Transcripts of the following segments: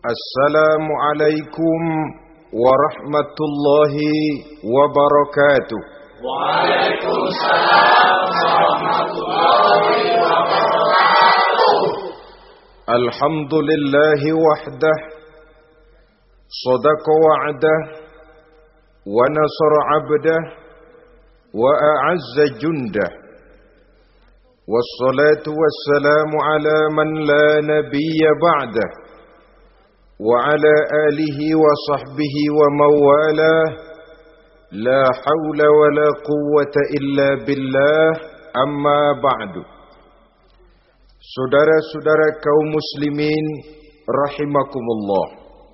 Assalamualaikum warahmatullahi wabarakatuh. Waalaikumsalam warahmatullahi wabarakatuh. Alhamdulillahi wahdah, sadaqa wa'dah, wa nasara 'abdah, wa a'azza jundah. Wassalatu wassalamu ala man la nabiyya ba'dah, wa ala alihi wa sahbihi wa mawalah. La hawla wa la quwwata illa billah, amma ba'du. Saudara-saudara kaum muslimin rahimakumullah.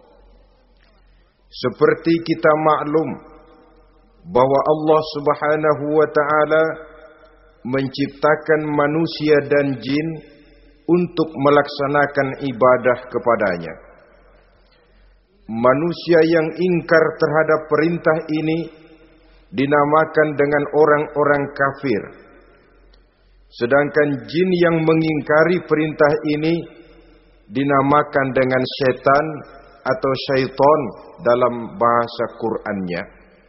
Seperti kita maklum bahwa Allah Subhanahu wa taala menciptakan manusia dan jin untuk melaksanakan ibadah kepadanya. Manusia yang ingkar terhadap perintah ini dinamakan dengan orang-orang kafir. Sedangkan jin yang mengingkari perintah ini dinamakan dengan setan atau syaitan dalam bahasa Qur'annya.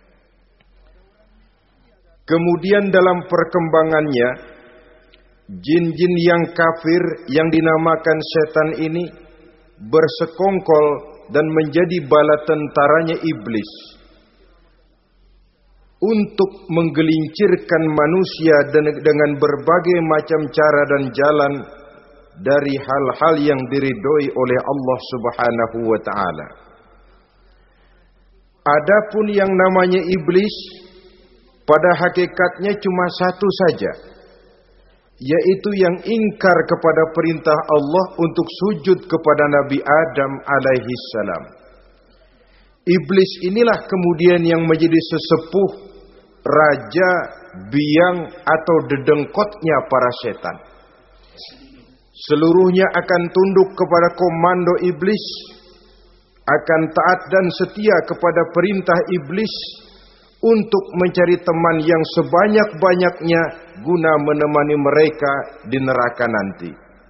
Kemudian dalam perkembangannya, jin-jin yang kafir yang dinamakan setan ini bersekongkol dan menjadi bala tentaranya iblis untuk menggelincirkan manusia dengan berbagai macam cara dan jalan dari hal-hal yang diridhoi oleh Allah Subhanahu wa taala. Adapun yang namanya iblis pada hakikatnya cuma satu saja, yaitu yang ingkar kepada perintah Allah untuk sujud kepada Nabi Adam alaihi salam. Iblis inilah kemudian yang menjadi sesepuh, raja, biang atau dedengkotnya para setan. Seluruhnya akan tunduk kepada komando iblis, akan taat dan setia kepada perintah iblis untuk mencari teman yang sebanyak-banyaknya guna menemani mereka di neraka nanti.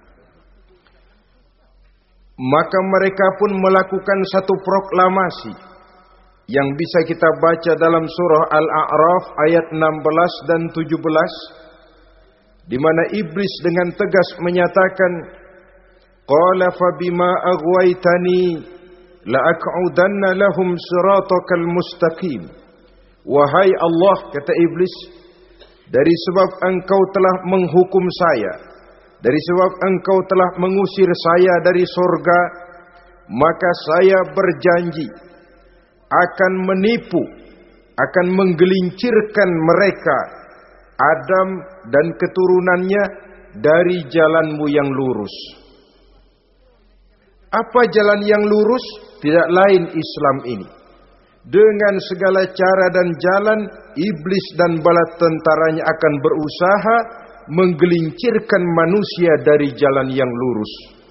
Maka mereka pun melakukan satu proklamasi yang bisa kita baca dalam surah Al-A'raf ayat 16 dan 17, di mana iblis dengan tegas menyatakan, qala fa bima aghwaytani la aq'udanna lahum siratakal mustaqim. Wahai Allah, kata iblis, dari sebab engkau telah menghukum saya, dari sebab engkau telah mengusir saya dari surga, maka saya berjanji akan menipu, akan menggelincirkan mereka, Adam dan keturunannya, dari jalanmu yang lurus. Apa jalan yang lurus? Tidak lain Islam ini. Dengan segala cara dan jalan, iblis dan bala tentaranya akan berusaha menggelincirkan manusia dari jalan yang lurus.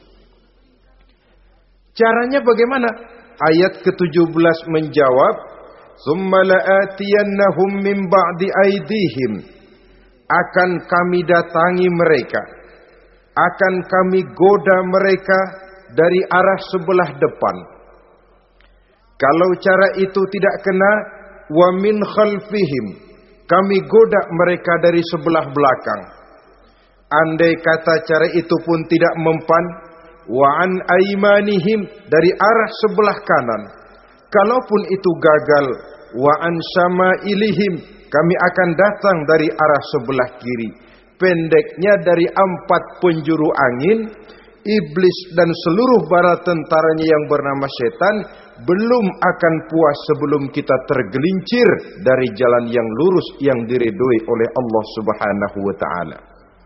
Caranya bagaimana? Ayat ke-17 menjawab, "Tsumma la'atiyannahum min ba'di aydihim." Akan kami datangi mereka, akan kami goda mereka dari arah sebelah depan. Kalau cara itu tidak kena, wa min khalfihim, kami goda mereka dari sebelah belakang. Andai kata cara itu pun tidak mempan, wa an aimanihim, dari arah sebelah kanan. Kalaupun itu gagal, wa an syama'ilihim, kami akan datang dari arah sebelah kiri. Pendeknya dari 4 penjuru angin, iblis dan seluruh bala tentaranya yang bernama setan belum akan puas sebelum kita tergelincir dari jalan yang lurus yang diridhoi oleh Allah Subhanahu wa taala.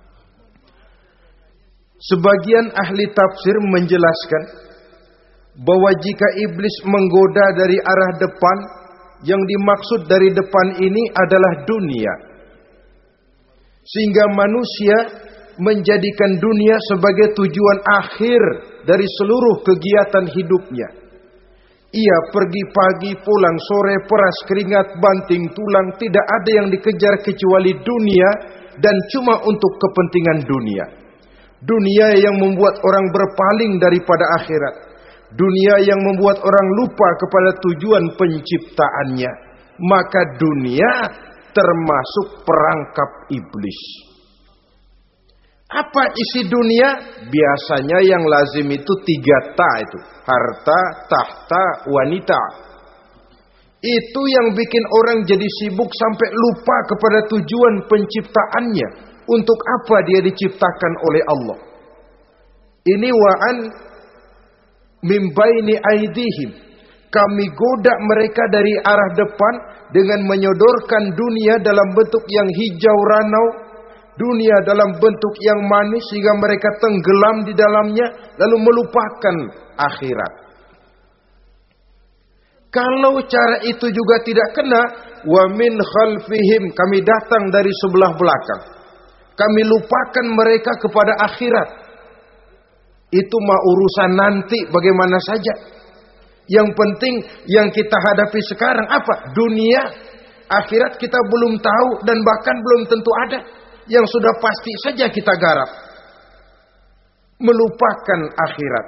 Sebagian ahli tafsir menjelaskan bahwa jika iblis menggoda dari arah depan, yang dimaksud dari depan ini adalah dunia. Sehingga manusia menjadikan dunia sebagai tujuan akhir dari seluruh kegiatan hidupnya. Ia pergi pagi, pulang sore, peras keringat, banting tulang, tidak ada yang dikejar kecuali dunia dan cuma untuk kepentingan dunia. Dunia yang membuat orang berpaling daripada akhirat. dunia yang membuat orang lupa kepada tujuan penciptaannya, maka dunia termasuk perangkap iblis. Apa isi dunia? Biasanya yang lazim itu 3 ta itu. Harta, tahta, wanita. Itu yang bikin orang jadi sibuk sampai lupa kepada tujuan penciptaannya. Untuk apa dia diciptakan oleh Allah. Ini wa'an mimbaini aidihim. Kami goda mereka dari arah depan dengan menyodorkan dunia dalam bentuk yang hijau ranau, dunia dalam bentuk yang manis sehingga mereka tenggelam di dalamnya lalu melupakan akhirat. Kalau cara itu juga tidak kena, wa min khalfihim, kami datang dari sebelah belakang. Kami lupakan mereka kepada akhirat. Itu mah urusan nanti bagaimana saja. Yang penting yang kita hadapi sekarang apa? Dunia. Akhirat kita belum tahu dan bahkan belum tentu ada. Yang sudah pasti saja kita garap. Melupakan akhirat.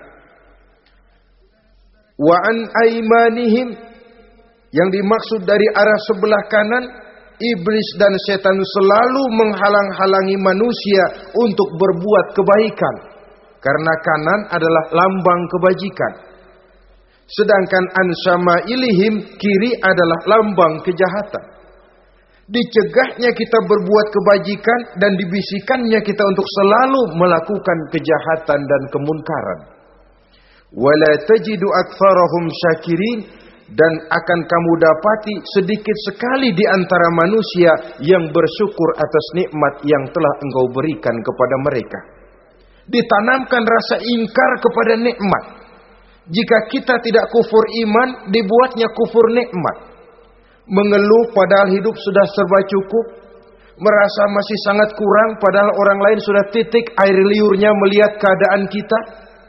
Wa an aimanihim, yang dimaksud dari arah sebelah kanan, iblis dan setan selalu menghalang-halangi manusia untuk berbuat kebaikan. Karena kanan adalah lambang kebajikan. Sedangkan ansyama'ilihim, kiri adalah lambang kejahatan. Dicegahnya kita berbuat kebajikan dan dibisikannya kita untuk selalu melakukan kejahatan dan kemunkaran. Wala tajidu aktsarahum syakirin, dan akan kamu dapati sedikit sekali di antara manusia yang bersyukur atas nikmat yang telah engkau berikan kepada mereka. Ditanamkan rasa ingkar kepada nikmat. Jika kita tidak kufur iman, dibuatnya kufur nikmat. Mengeluh padahal hidup sudah serba cukup, merasa masih sangat kurang padahal orang lain sudah titik air liurnya melihat keadaan kita.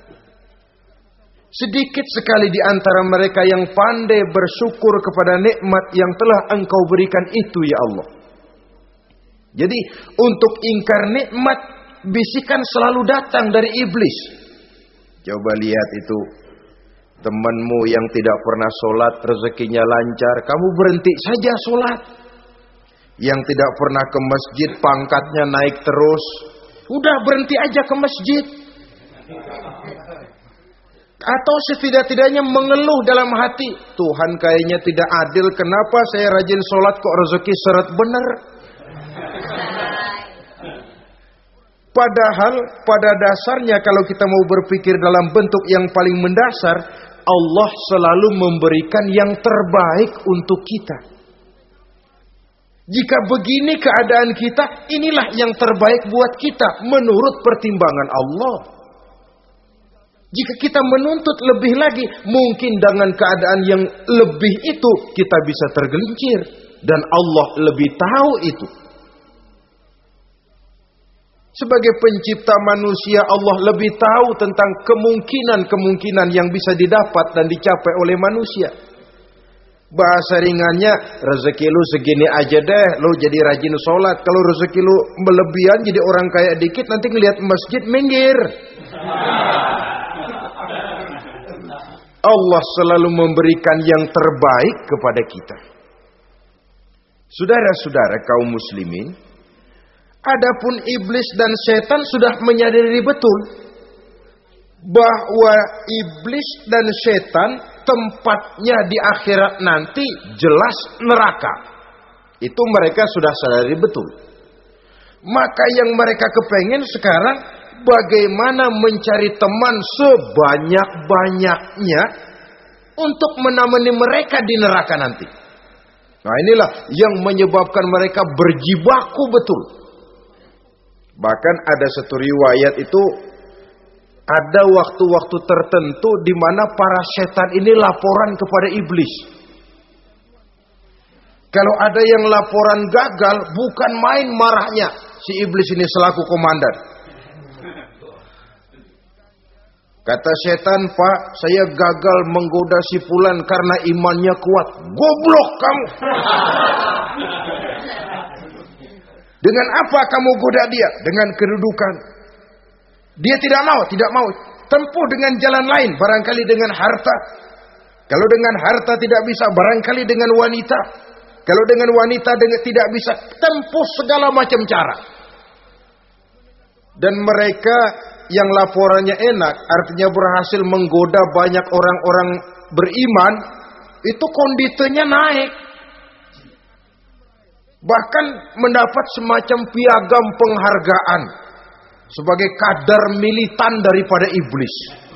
Sedikit sekali di antara mereka yang pandai bersyukur kepada nikmat yang telah engkau berikan itu ya Allah. Jadi untuk ingkar nikmat, bisikan selalu datang dari iblis. Coba lihat itu. Temanmu yang tidak pernah sholat, rezekinya lancar, kamu berhenti saja sholat. Yang tidak pernah ke masjid, pangkatnya naik terus, udah berhenti aja ke masjid. Atau setidak-tidaknya mengeluh dalam hati, Tuhan kayaknya tidak adil, kenapa saya rajin sholat kok rezeki seret bener. Padahal pada dasarnya kalau kita mau berpikir dalam bentuk yang paling mendasar, Allah selalu memberikan yang terbaik untuk kita. Jika begini keadaan kita, inilah yang terbaik buat kita menurut pertimbangan Allah. Jika kita menuntut lebih lagi, mungkin dengan keadaan yang lebih itu kita bisa tergelincir. Dan Allah lebih tahu itu. Sebagai pencipta manusia, Allah lebih tahu tentang kemungkinan-kemungkinan yang bisa didapat dan dicapai oleh manusia. Bahasa ringannya, rezeki lu segini aja deh, lu jadi rajin sholat. Kalau rezeki lu melebihan jadi orang kaya dikit, nanti ngelihat masjid minggir. Allah selalu memberikan yang terbaik kepada kita. Saudara-saudara kaum muslimin, adapun iblis dan setan sudah menyadari betul bahwa iblis dan setan tempatnya di akhirat nanti jelas neraka. Itu mereka sudah sadari betul. Maka yang mereka kepengen sekarang bagaimana mencari teman sebanyak-banyaknya untuk menemani mereka di neraka nanti. Nah inilah yang menyebabkan mereka berjibaku betul. Bahkan ada satu riwayat itu, ada waktu-waktu tertentu di mana para setan ini laporan kepada iblis. Kalau ada yang laporan gagal, bukan main marahnya si iblis ini selaku komandan. Kata setan, Pak, saya gagal menggoda si fulan karena imannya kuat. Goblok kamu. Dengan apa kamu goda dia? Dengan kedudukan. Dia tidak mau. tempuh dengan jalan lain, barangkali dengan harta. Kalau dengan harta tidak bisa, barangkali dengan wanita. Kalau dengan wanita tidak bisa, tempuh segala macam cara. Dan mereka yang laporannya enak, artinya berhasil menggoda banyak orang-orang beriman, itu konditenya naik. Bahkan mendapat semacam piagam penghargaan sebagai kadar militan daripada iblis.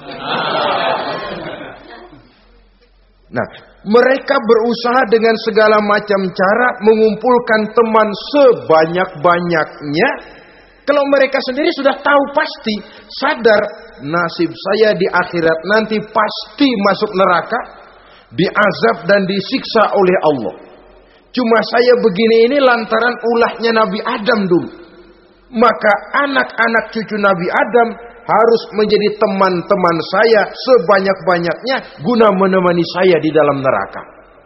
Nah, mereka berusaha dengan segala macam cara mengumpulkan teman sebanyak-banyaknya. Kalau mereka sendiri sudah tahu pasti, sadar nasib saya di akhirat nanti pasti masuk neraka, diazab dan disiksa oleh Allah. Cuma saya begini ini lantaran ulahnya Nabi Adam dulu. Maka anak-anak cucu Nabi Adam harus menjadi teman-teman saya sebanyak-banyaknya guna menemani saya di dalam neraka.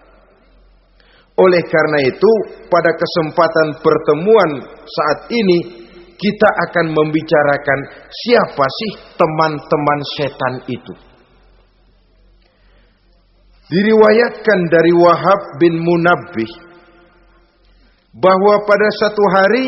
Oleh karena itu, pada kesempatan pertemuan saat ini, kita akan membicarakan siapa sih teman-teman setan itu. Diriwayatkan dari Wahab bin Munabbih bahwa pada satu hari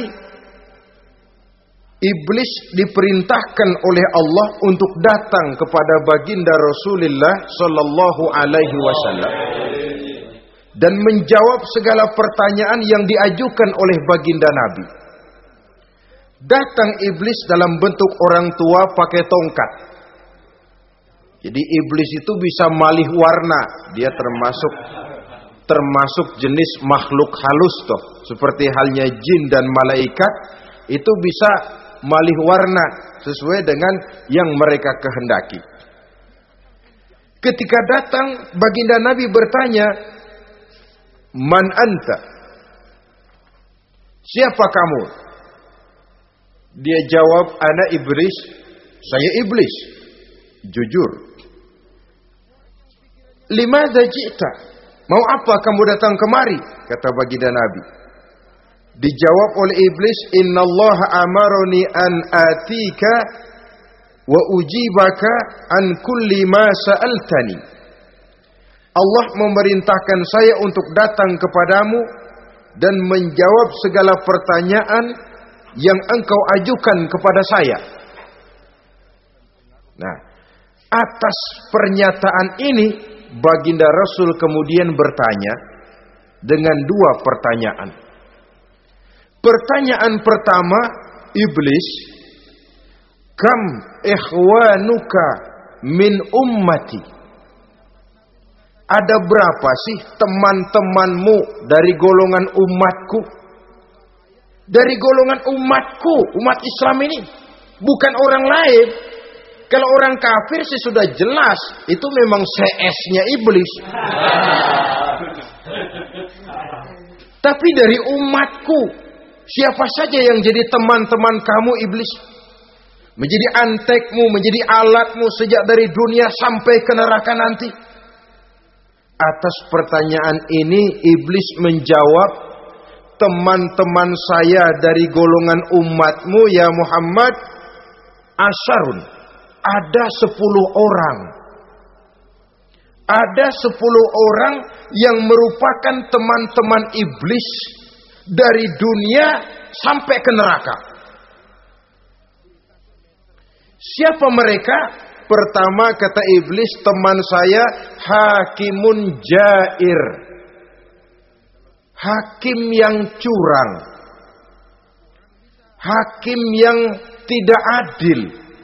iblis diperintahkan oleh Allah untuk datang kepada baginda Rasulullah sallallahu alaihi wasallam dan menjawab segala pertanyaan yang diajukan oleh baginda Nabi. Datang iblis dalam bentuk orang tua pakai tongkat. Jadi iblis itu bisa malih warna. Dia termasuk jenis makhluk halus toh. Seperti halnya jin dan malaikat, itu bisa malih warna sesuai dengan yang mereka kehendaki. Ketika datang, baginda Nabi bertanya, "Man anta?" Siapa kamu? Dia jawab, "Ana iblis." Saya iblis. Jujur. "Limadza ji'ta?" Mau apa kamu datang kemari? Kata baginda Nabi. Dijawab oleh iblis, "Innallaha amaroni an atika wa ujibaka an kulli ma sa'altani." Allah memerintahkan saya untuk datang kepadamu dan menjawab segala pertanyaan yang engkau ajukan kepada saya. Nah, atas pernyataan ini baginda Rasul kemudian bertanya dengan dua pertanyaan. Pertanyaan pertama, iblis, "Kam ikhwanuka min ummati?" Ada berapa sih teman-temanmu dari golongan umatku? Dari golongan umatku, umat Islam ini, bukan orang lain. Kalau orang kafir sih sudah jelas, itu memang CS-nya iblis. Tapi dari umatku, siapa saja yang jadi teman-teman kamu iblis? Menjadi antekmu, menjadi alatmu sejak dari dunia sampai ke neraka nanti. Atas pertanyaan ini iblis menjawab, "Teman-teman saya dari golongan umatmu ya Muhammad, asyarun, ada 10 orang. Ada 10 orang yang merupakan teman-teman iblis dari dunia sampai ke neraka." Siapa mereka? Pertama kata iblis, teman saya hakimun jair. Hakim yang curang. Hakim yang tidak adil.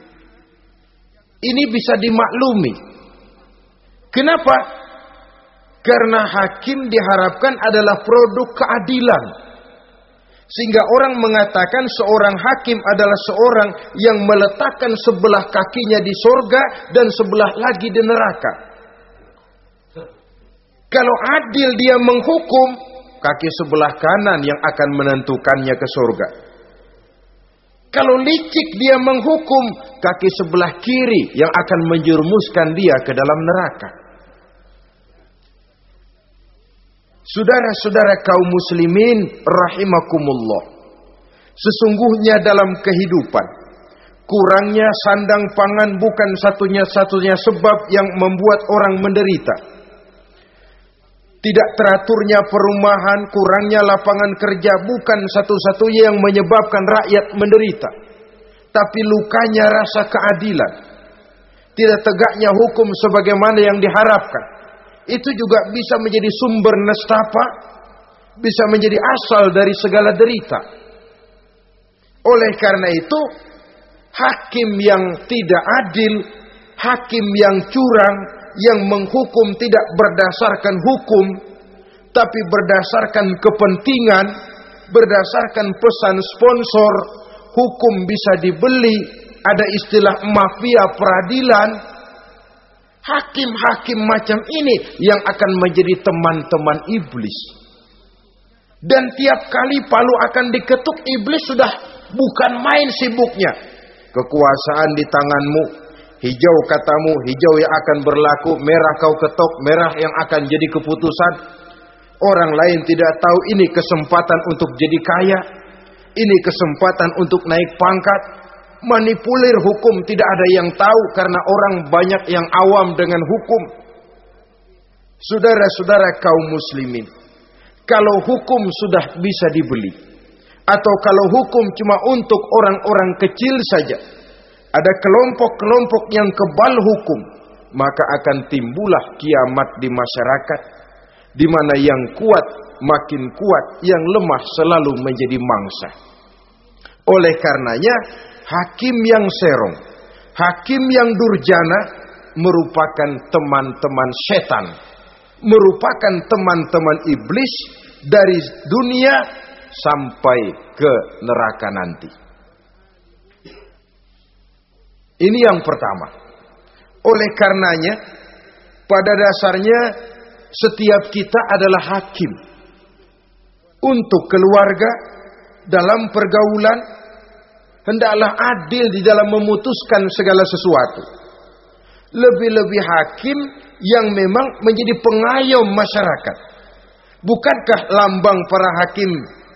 Ini bisa dimaklumi. Kenapa? Karena hakim diharapkan adalah produk keadilan. Sehingga orang mengatakan seorang hakim adalah seorang yang meletakkan sebelah kakinya di surga dan sebelah lagi di neraka. Kalau adil dia menghukum, kaki sebelah kanan yang akan menentukannya ke surga. Kalau licik dia menghukum, kaki sebelah kiri yang akan menjerumuskan dia ke dalam neraka. Saudara-saudara kaum muslimin rahimakumullah. Sesungguhnya dalam kehidupan, Kurangnya sandang pangan bukan satunya-satunya sebab yang membuat orang menderita. Tidak teraturnya perumahan, kurangnya lapangan kerja bukan satu-satunya yang menyebabkan rakyat menderita. Tapi lukanya rasa keadilan. Tidak tegaknya hukum sebagaimana yang diharapkan. Itu juga bisa menjadi sumber nestapa, bisa menjadi asal dari segala derita. Oleh karena itu, hakim yang tidak adil, hakim yang curang, yang menghukum tidak berdasarkan hukum, tapi berdasarkan kepentingan, berdasarkan pesan sponsor, hukum bisa dibeli, ada istilah mafia peradilan. Hakim-hakim macam ini yang akan menjadi teman-teman iblis. Dan tiap kali palu akan diketuk, iblis sudah bukan main sibuknya. Kekuasaan di tanganmu, hijau katamu, hijau yang akan berlaku, merah kau ketok, merah yang akan jadi keputusan. Orang lain tidak tahu ini kesempatan untuk jadi kaya, ini kesempatan untuk naik pangkat. Manipulir hukum tidak ada yang tahu karena orang banyak yang awam dengan hukum. Saudara-saudara kaum muslimin, kalau hukum sudah bisa dibeli, atau kalau hukum cuma untuk orang-orang kecil saja, ada kelompok-kelompok yang kebal hukum, maka akan timbullah kiamat di masyarakat, di mana yang kuat makin kuat, yang lemah selalu menjadi mangsa. Oleh karenanya, hakim yang serong, hakim yang durjana merupakan teman-teman setan, merupakan teman-teman iblis dari dunia sampai ke neraka nanti. Ini yang pertama. Oleh karenanya, pada dasarnya setiap kita adalah hakim untuk keluarga, dalam pergaulan. Hendaklah adil di dalam memutuskan segala sesuatu. Lebih-lebih hakim yang memang menjadi pengayom masyarakat. Bukankah lambang para hakim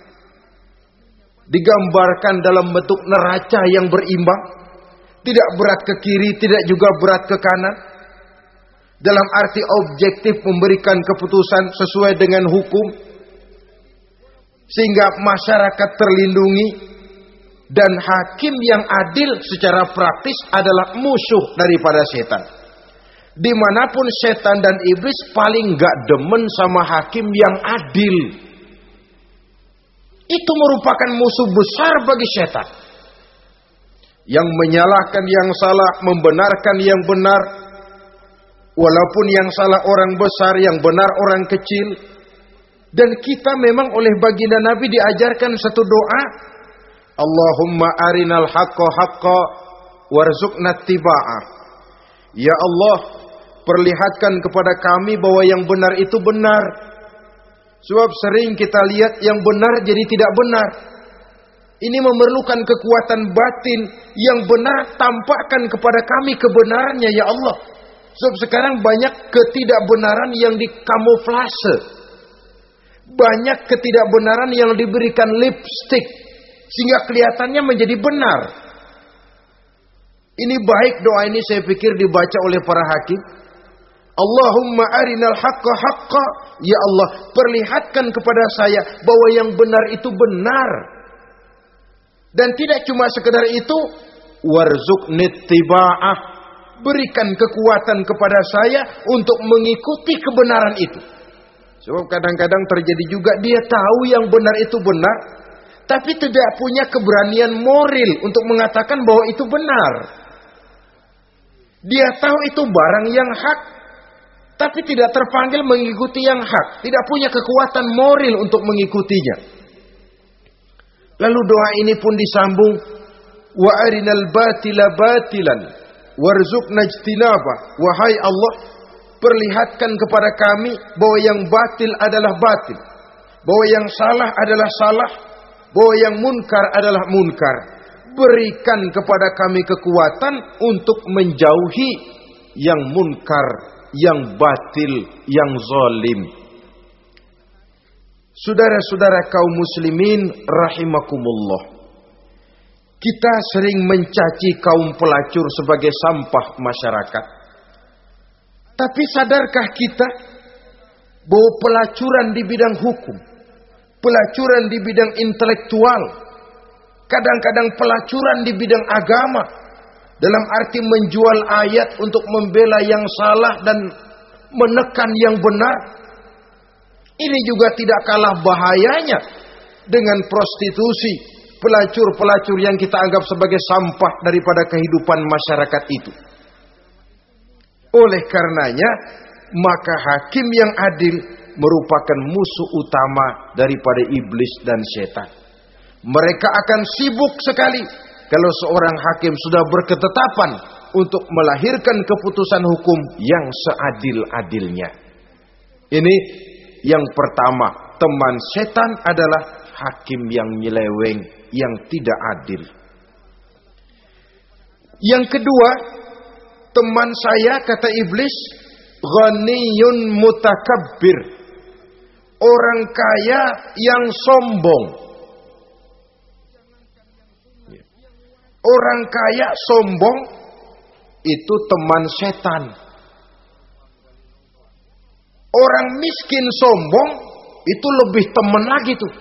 digambarkan dalam bentuk neraca yang berimbang? Tidak berat ke kiri, tidak juga berat ke kanan. Dalam arti objektif memberikan keputusan sesuai dengan hukum. Sehingga masyarakat terlindungi. Dan hakim yang adil secara praktis adalah musuh daripada setan. Dimanapun setan dan iblis paling gak demen sama hakim yang adil. Itu merupakan musuh besar bagi setan. Yang menyalahkan yang salah, membenarkan yang benar. Walaupun yang salah orang besar, yang benar orang kecil. Dan kita memang oleh baginda Nabi diajarkan satu doa. Allahumma arinal haqqa haqqa warzuqna tiba'ah. Ya Allah, perlihatkan kepada kami bahwa yang benar itu benar. Sebab sering kita lihat yang benar jadi tidak benar. Ini memerlukan kekuatan batin. Yang benar tampakkan kepada kami kebenarannya ya Allah. Sebab sekarang banyak ketidakbenaran yang dikamuflase. Banyak ketidakbenaran yang diberikan lipstick. Sehingga kelihatannya menjadi benar. Ini baik doa ini saya pikir dibaca oleh para hakim. Allahumma arinal haqqa haqqa. Ya Allah, perlihatkan kepada saya bahwa yang benar itu benar. Dan tidak cuma sekedar itu. Warzuqnit tiba'ah. Berikan kekuatan kepada saya untuk mengikuti kebenaran itu. Sebab kadang-kadang terjadi juga dia tahu yang benar itu benar. Tapi tidak punya keberanian moral untuk mengatakan bahwa itu benar. Dia tahu itu barang yang hak. Tapi tidak terpanggil mengikuti yang hak. Tidak punya kekuatan moral untuk mengikutinya. Lalu doa ini pun disambung. Wa arinal batila batilan. Warzuqna ijtinabah. Wahai Allah, perlihatkan kepada kami bahwa yang batil adalah batil. Bahwa yang salah adalah salah. Bahwa yang munkar adalah munkar. Berikan kepada kami kekuatan untuk menjauhi yang munkar, yang batil, yang zalim. Saudara-saudara kaum muslimin rahimakumullah. Kita sering mencaci kaum pelacur sebagai sampah masyarakat. Tapi sadarkah kita bahwa pelacuran di bidang hukum, pelacuran di bidang intelektual, kadang-kadang pelacuran di bidang agama, dalam arti menjual ayat untuk membela yang salah dan menekan yang benar, ini juga tidak kalah bahayanya dengan prostitusi, pelacur-pelacur yang kita anggap sebagai sampah daripada kehidupan masyarakat itu. Oleh karenanya, maka hakim yang adil merupakan musuh utama daripada iblis dan setan. Mereka akan sibuk sekali kalau seorang hakim sudah berketetapan untuk melahirkan keputusan hukum yang seadil-adilnya. Ini yang pertama, teman setan adalah hakim yang nyeleweng, yang tidak adil. Yang kedua, teman saya, kata iblis, ghaniyun mutakabbir, orang kaya yang sombong. Orang kaya sombong itu teman setan. Orang miskin sombong itu lebih teman lagi tuh.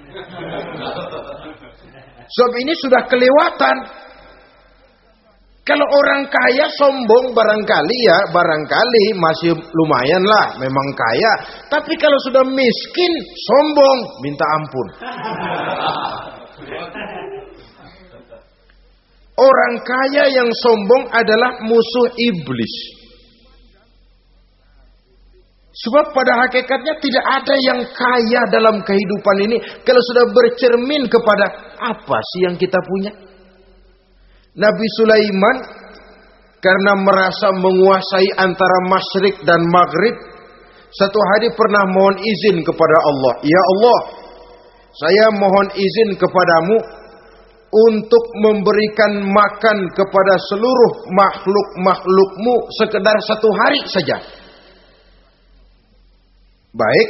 Sebab ini sudah kelewatan. Kalau orang kaya sombong barangkali masih lumayan lah, memang kaya. Tapi kalau sudah miskin sombong, minta ampun. Orang kaya yang sombong adalah musuh iblis. Sebab pada hakikatnya tidak ada yang kaya dalam kehidupan ini kalau sudah bercermin kepada apa sih yang kita punya. Nabi Sulaiman karena merasa menguasai antara masyrik dan maghrib, satu hari pernah mohon izin kepada Allah. Ya Allah, saya mohon izin kepadamu untuk memberikan makan kepada seluruh makhluk-makhlukmu sekedar satu hari saja. Baik.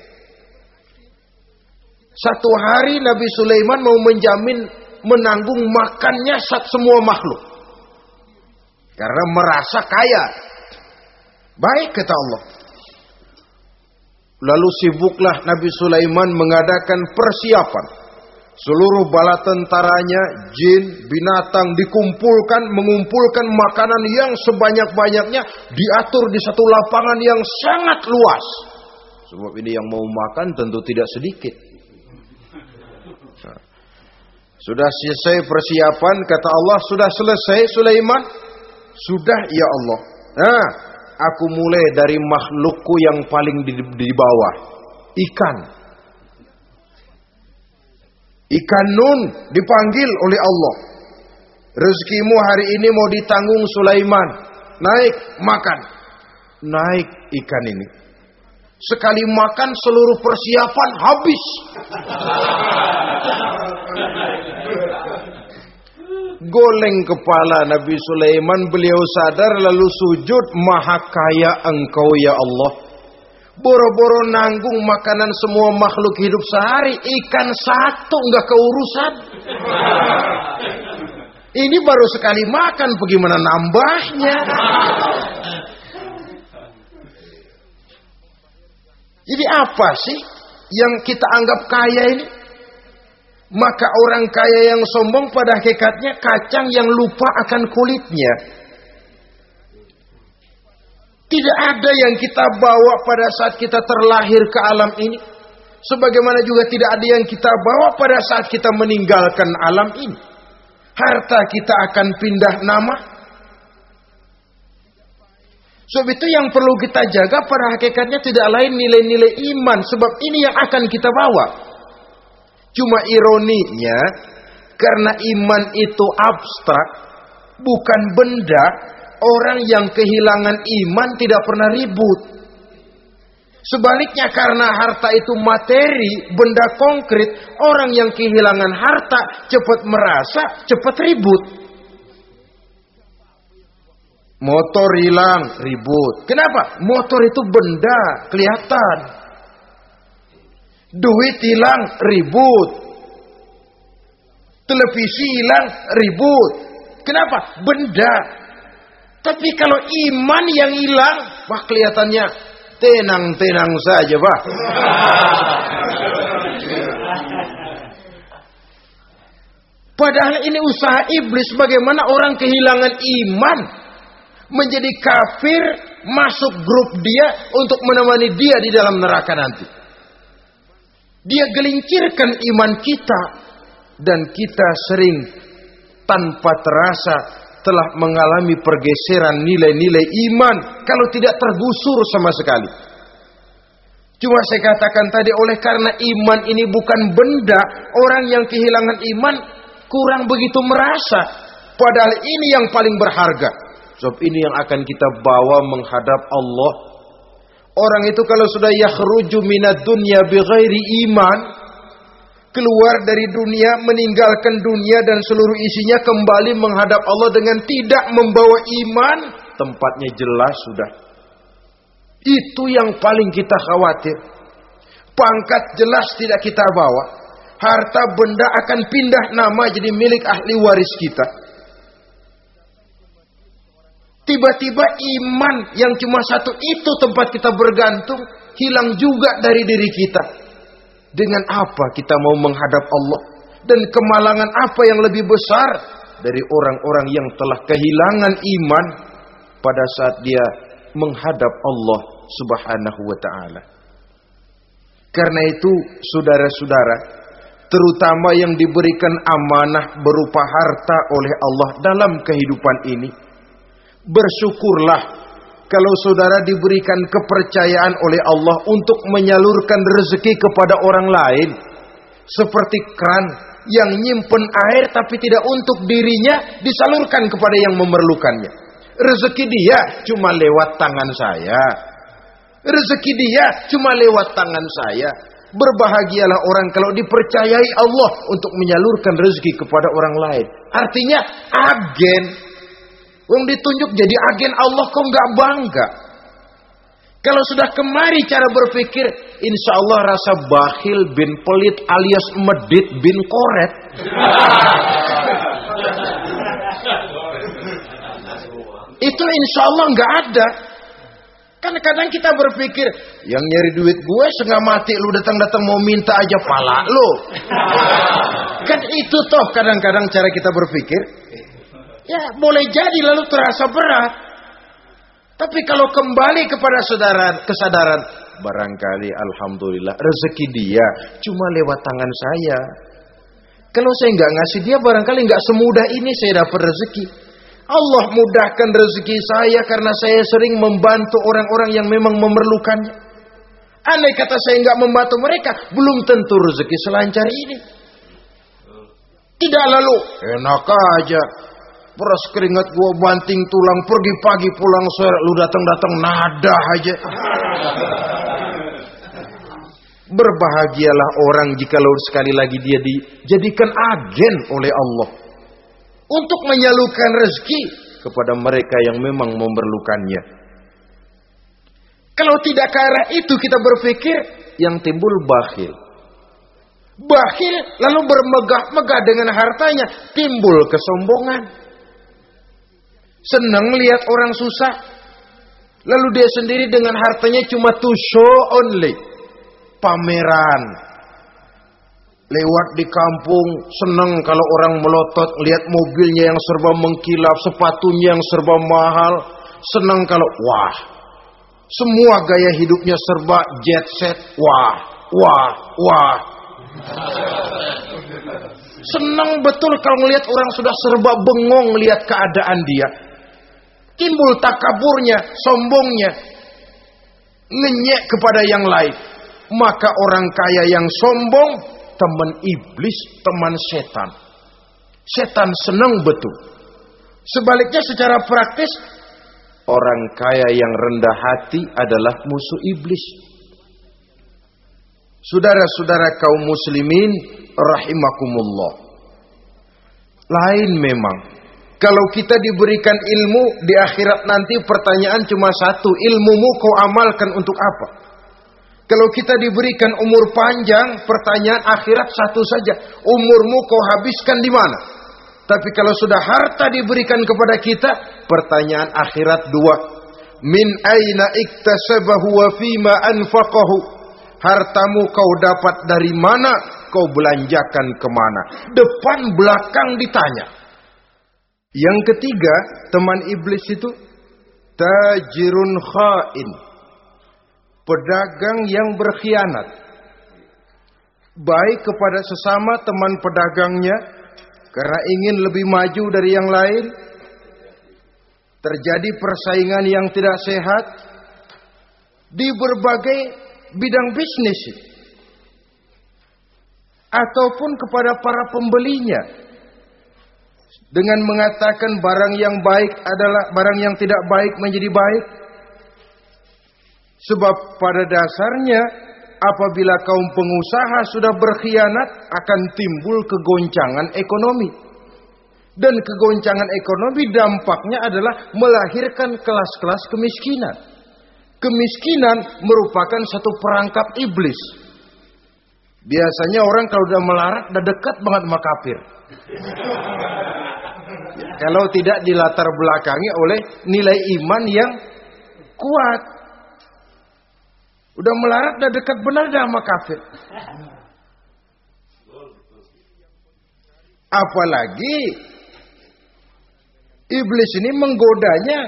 Satu hari Nabi Sulaiman mau menjamin menanggung makannya semua makhluk. Karena merasa kaya. Baik, kata Allah. Lalu sibuklah Nabi Sulaiman mengadakan persiapan. Seluruh bala tentaranya, jin, binatang dikumpulkan, mengumpulkan makanan yang sebanyak-banyaknya, diatur di satu lapangan yang sangat luas. Sebab ini yang mau makan tentu tidak sedikit. Nah, sudah selesai persiapan, kata Allah, sudah selesai Sulaiman? Sudah ya Allah. Nah, aku mulai dari makhlukku yang paling di bawah. Ikan. Ikan Nun dipanggil oleh Allah. Rezekimu hari ini mau ditanggung Sulaiman. Naik, makan. Naik ikan ini. Sekali makan seluruh persiapan habis. Goleng kepala Nabi Sulaiman, beliau sadar lalu sujud, maha kaya engkau ya Allah. Boro-boro nanggung makanan semua makhluk hidup sehari, ikan satu nggak keurusan. Ini baru sekali makan, bagaimana nambahnya? Jadi apa sih yang kita anggap kaya ini? Maka orang kaya yang sombong pada hakikatnya kacang yang lupa akan kulitnya. Tidak ada yang kita bawa pada saat kita terlahir ke alam ini. Sebagaimana juga tidak ada yang kita bawa pada saat kita meninggalkan alam ini. Harta kita akan pindah nama. Sebab itu yang perlu kita jaga pada hakikatnya tidak lain nilai-nilai iman. Sebab ini yang akan kita bawa. Cuma ironinya, karena iman itu abstrak, bukan benda, orang yang kehilangan iman tidak pernah ribut. Sebaliknya karena harta itu materi, benda konkret, orang yang kehilangan harta cepat merasa, cepat ribut. Motor hilang, ribut. Kenapa? Motor itu benda, kelihatan. Duit hilang, ribut. Televisi hilang, ribut. Kenapa? Benda. Tapi kalau iman yang hilang, wah kelihatannya tenang-tenang saja, Pak. Padahal ini usaha iblis bagaimana orang kehilangan iman, menjadi kafir, masuk grup dia untuk menemani dia di dalam neraka nanti. Dia gelincirkan iman kita, dan kita sering tanpa terasa telah mengalami pergeseran nilai-nilai iman kalau tidak tergusur sama sekali. Cuma saya katakan tadi, oleh karena iman ini bukan benda, orang yang kehilangan iman kurang begitu merasa. Padahal ini yang paling berharga. Sebab ini yang akan kita bawa menghadap Allah. Orang itu kalau sudah yakhruju minad dunya bighairi iman, keluar dari dunia, meninggalkan dunia dan seluruh isinya, kembali menghadap Allah dengan tidak membawa iman, tempatnya jelas sudah. Itu yang paling kita khawatir. Pangkat jelas tidak kita bawa. Harta benda akan pindah nama jadi milik ahli waris kita. Tiba-tiba iman yang cuma satu itu tempat kita bergantung, hilang juga dari diri kita. Dengan apa kita mau menghadap Allah? Dan kemalangan apa yang lebih besar dari orang-orang yang telah kehilangan iman pada saat dia menghadap Allah Subhanahu wa ta'ala. Karena itu saudara-saudara, terutama yang diberikan amanah berupa harta oleh Allah dalam kehidupan ini, bersyukurlah kalau saudara diberikan kepercayaan oleh Allah untuk menyalurkan rezeki kepada orang lain. Seperti keran yang nyimpen air tapi tidak untuk dirinya, disalurkan kepada yang memerlukannya. Rezeki dia cuma lewat tangan saya. Rezeki dia cuma lewat tangan saya. Berbahagialah orang kalau dipercayai Allah untuk menyalurkan rezeki kepada orang lain. Artinya agen. Yang ditunjuk jadi agen Allah, kok nggak bangga? Kalau sudah kemari cara berpikir, insya Allah rasa bakhil bin pelit alias medit bin koret. Itu insya Allah nggak ada. Kan kadang kita berpikir, yang nyari duit gue setengah mati, lu datang-datang mau minta aja pala lu. Kan itu toh kadang-kadang cara kita berpikir. Ya boleh jadi lalu terasa berat. Tapi kalau kembali kepada kesadaran, barangkali alhamdulillah rezeki dia cuma lewat tangan saya. Kalau saya nggak ngasih dia, barangkali nggak semudah ini saya dapat rezeki. Allah mudahkan rezeki saya karena saya sering membantu orang-orang yang memang memerlukannya. Andai kata saya nggak membantu mereka, belum tentu rezeki selancar ini. Tidak lalu enak aja, peras keringat gua banting tulang, pergi pagi pulang sore, lu datang-datang nada aja. Berbahagialah orang jikalau sekali lagi dia dijadikan agen oleh Allah untuk menyalurkan rezeki kepada mereka yang memang memerlukannya. Kalau tidak ke arah itu kita berpikir, yang timbul bakhil. Bakhil lalu bermegah-megah dengan hartanya, timbul kesombongan. Senang lihat orang susah, lalu dia sendiri dengan hartanya cuma to show only, pameran. Lewat di kampung, senang kalau orang melotot, lihat mobilnya yang serba mengkilap, sepatunya yang serba mahal. Senang kalau, wah, semua gaya hidupnya serba jet set, wah, wah, wah. Senang betul kalau melihat orang sudah serba bengong lihat keadaan dia. Timbul takaburnya, sombongnya, ngenyek kepada yang lain. Maka orang kaya yang sombong, teman iblis, teman setan. Setan senang betul. Sebaliknya secara praktis, orang kaya yang rendah hati adalah musuh iblis. Saudara-saudara kaum muslimin rahimakumullah. Lain memang. Kalau kita diberikan ilmu di akhirat nanti, pertanyaan cuma satu, ilmumu kau amalkan untuk apa? Kalau kita diberikan umur panjang, pertanyaan akhirat satu saja. Umurmu kau habiskan di mana? Tapi kalau sudah harta diberikan kepada kita, pertanyaan akhirat dua. Min aina iktasabahu wa fima anfaqahu. Hartamu kau dapat dari mana? Kau belanjakan kemana? Depan belakang ditanya. Yang ketiga, teman iblis itu tajirun khain. Pedagang yang berkhianat. Baik kepada sesama teman pedagangnya, karena ingin lebih maju dari yang lain. Terjadi persaingan yang tidak sehat di berbagai bidang bisnis. Ataupun kepada para pembelinya. Dengan mengatakan barang yang baik adalah barang yang tidak baik menjadi baik. Sebab pada dasarnya apabila kaum pengusaha sudah berkhianat akan timbul kegoncangan ekonomi. Dan kegoncangan ekonomi dampaknya adalah melahirkan kelas-kelas kemiskinan. Kemiskinan merupakan satu perangkap iblis. Biasanya orang kalau udah melarat udah dekat banget sama kafir. Kalau tidak dilatar belakangi oleh nilai iman yang kuat. Udah melarat udah dekat benar dah sama kafir. Apalagi iblis ini menggodanya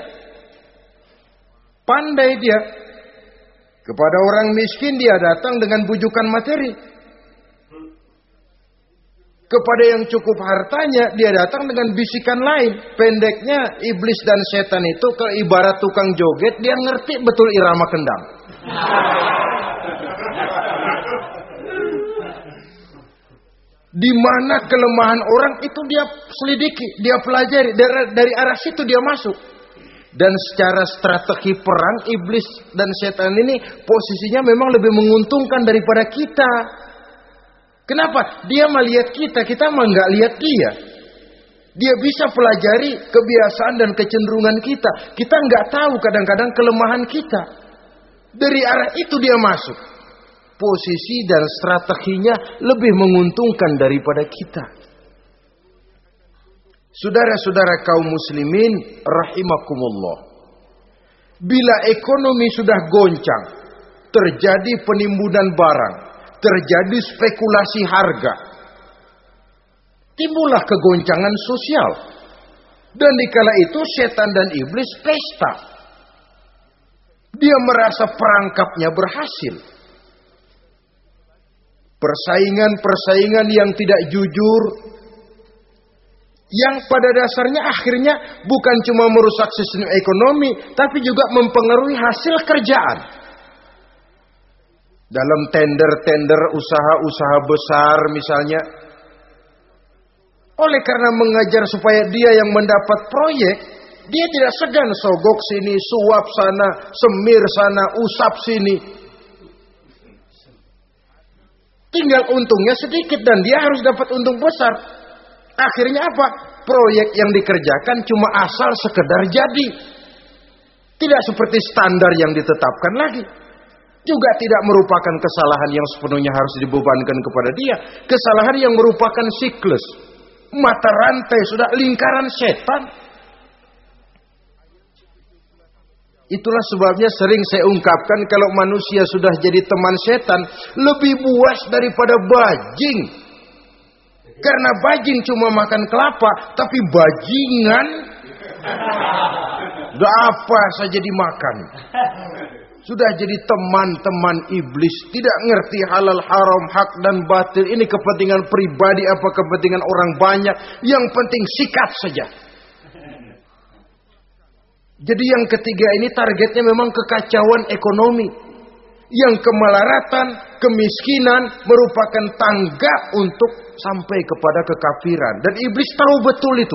pandai dia. Kepada orang miskin dia datang dengan bujukan materi. Kepada yang cukup hartanya dia datang dengan bisikan lain. Pendeknya iblis dan setan itu kalau ibarat tukang joget, dia ngerti betul irama kendang. Di mana kelemahan orang itu dia selidiki, dia pelajari, dari arah situ dia masuk. Dan secara strategi perang, iblis dan setan ini posisinya memang lebih menguntungkan daripada kita. Kenapa? Dia melihat kita mah nggak lihat dia. Dia bisa pelajari kebiasaan dan kecenderungan kita. Kita nggak tahu kadang-kadang kelemahan kita. Dari arah itu dia masuk. Posisi dan strateginya lebih menguntungkan daripada kita. Saudara-saudara kaum muslimin rahimakumullah. Bila ekonomi sudah goncang, terjadi penimbunan barang, terjadi spekulasi harga, timbullah kegoncangan sosial. Dan dikala itu setan dan iblis pesta. Dia merasa perangkapnya berhasil. Persaingan-persaingan yang tidak jujur, yang pada dasarnya akhirnya bukan cuma merusak sistem ekonomi, tapi juga mempengaruhi hasil kerjaan. Dalam tender-tender usaha-usaha besar misalnya, oleh karena mengajar supaya dia yang mendapat proyek, dia tidak segan sogok sini, suap sana, semir sana, usap sini. Tinggal untungnya sedikit dan dia harus dapat untung besar. Akhirnya apa? Proyek yang dikerjakan cuma asal sekedar jadi. Tidak seperti standar yang ditetapkan lagi. Juga tidak merupakan kesalahan yang sepenuhnya harus dibebankan kepada dia. Kesalahan yang merupakan siklus. Mata rantai sudah lingkaran setan. Itulah sebabnya sering saya ungkapkan kalau manusia sudah jadi teman setan, lebih buas daripada bajing. Karena bajing cuma makan kelapa, tapi bajingan udah apa saja dimakan. Sudah jadi teman-teman iblis, tidak ngerti halal haram, hak dan batil. Ini kepentingan pribadi apa kepentingan orang banyak, yang penting sikat saja. Jadi yang ketiga ini targetnya memang kekacauan ekonomi. Yang kemelaratan, kemiskinan merupakan tangga untuk sampai kepada kekafiran. Dan iblis tahu betul itu.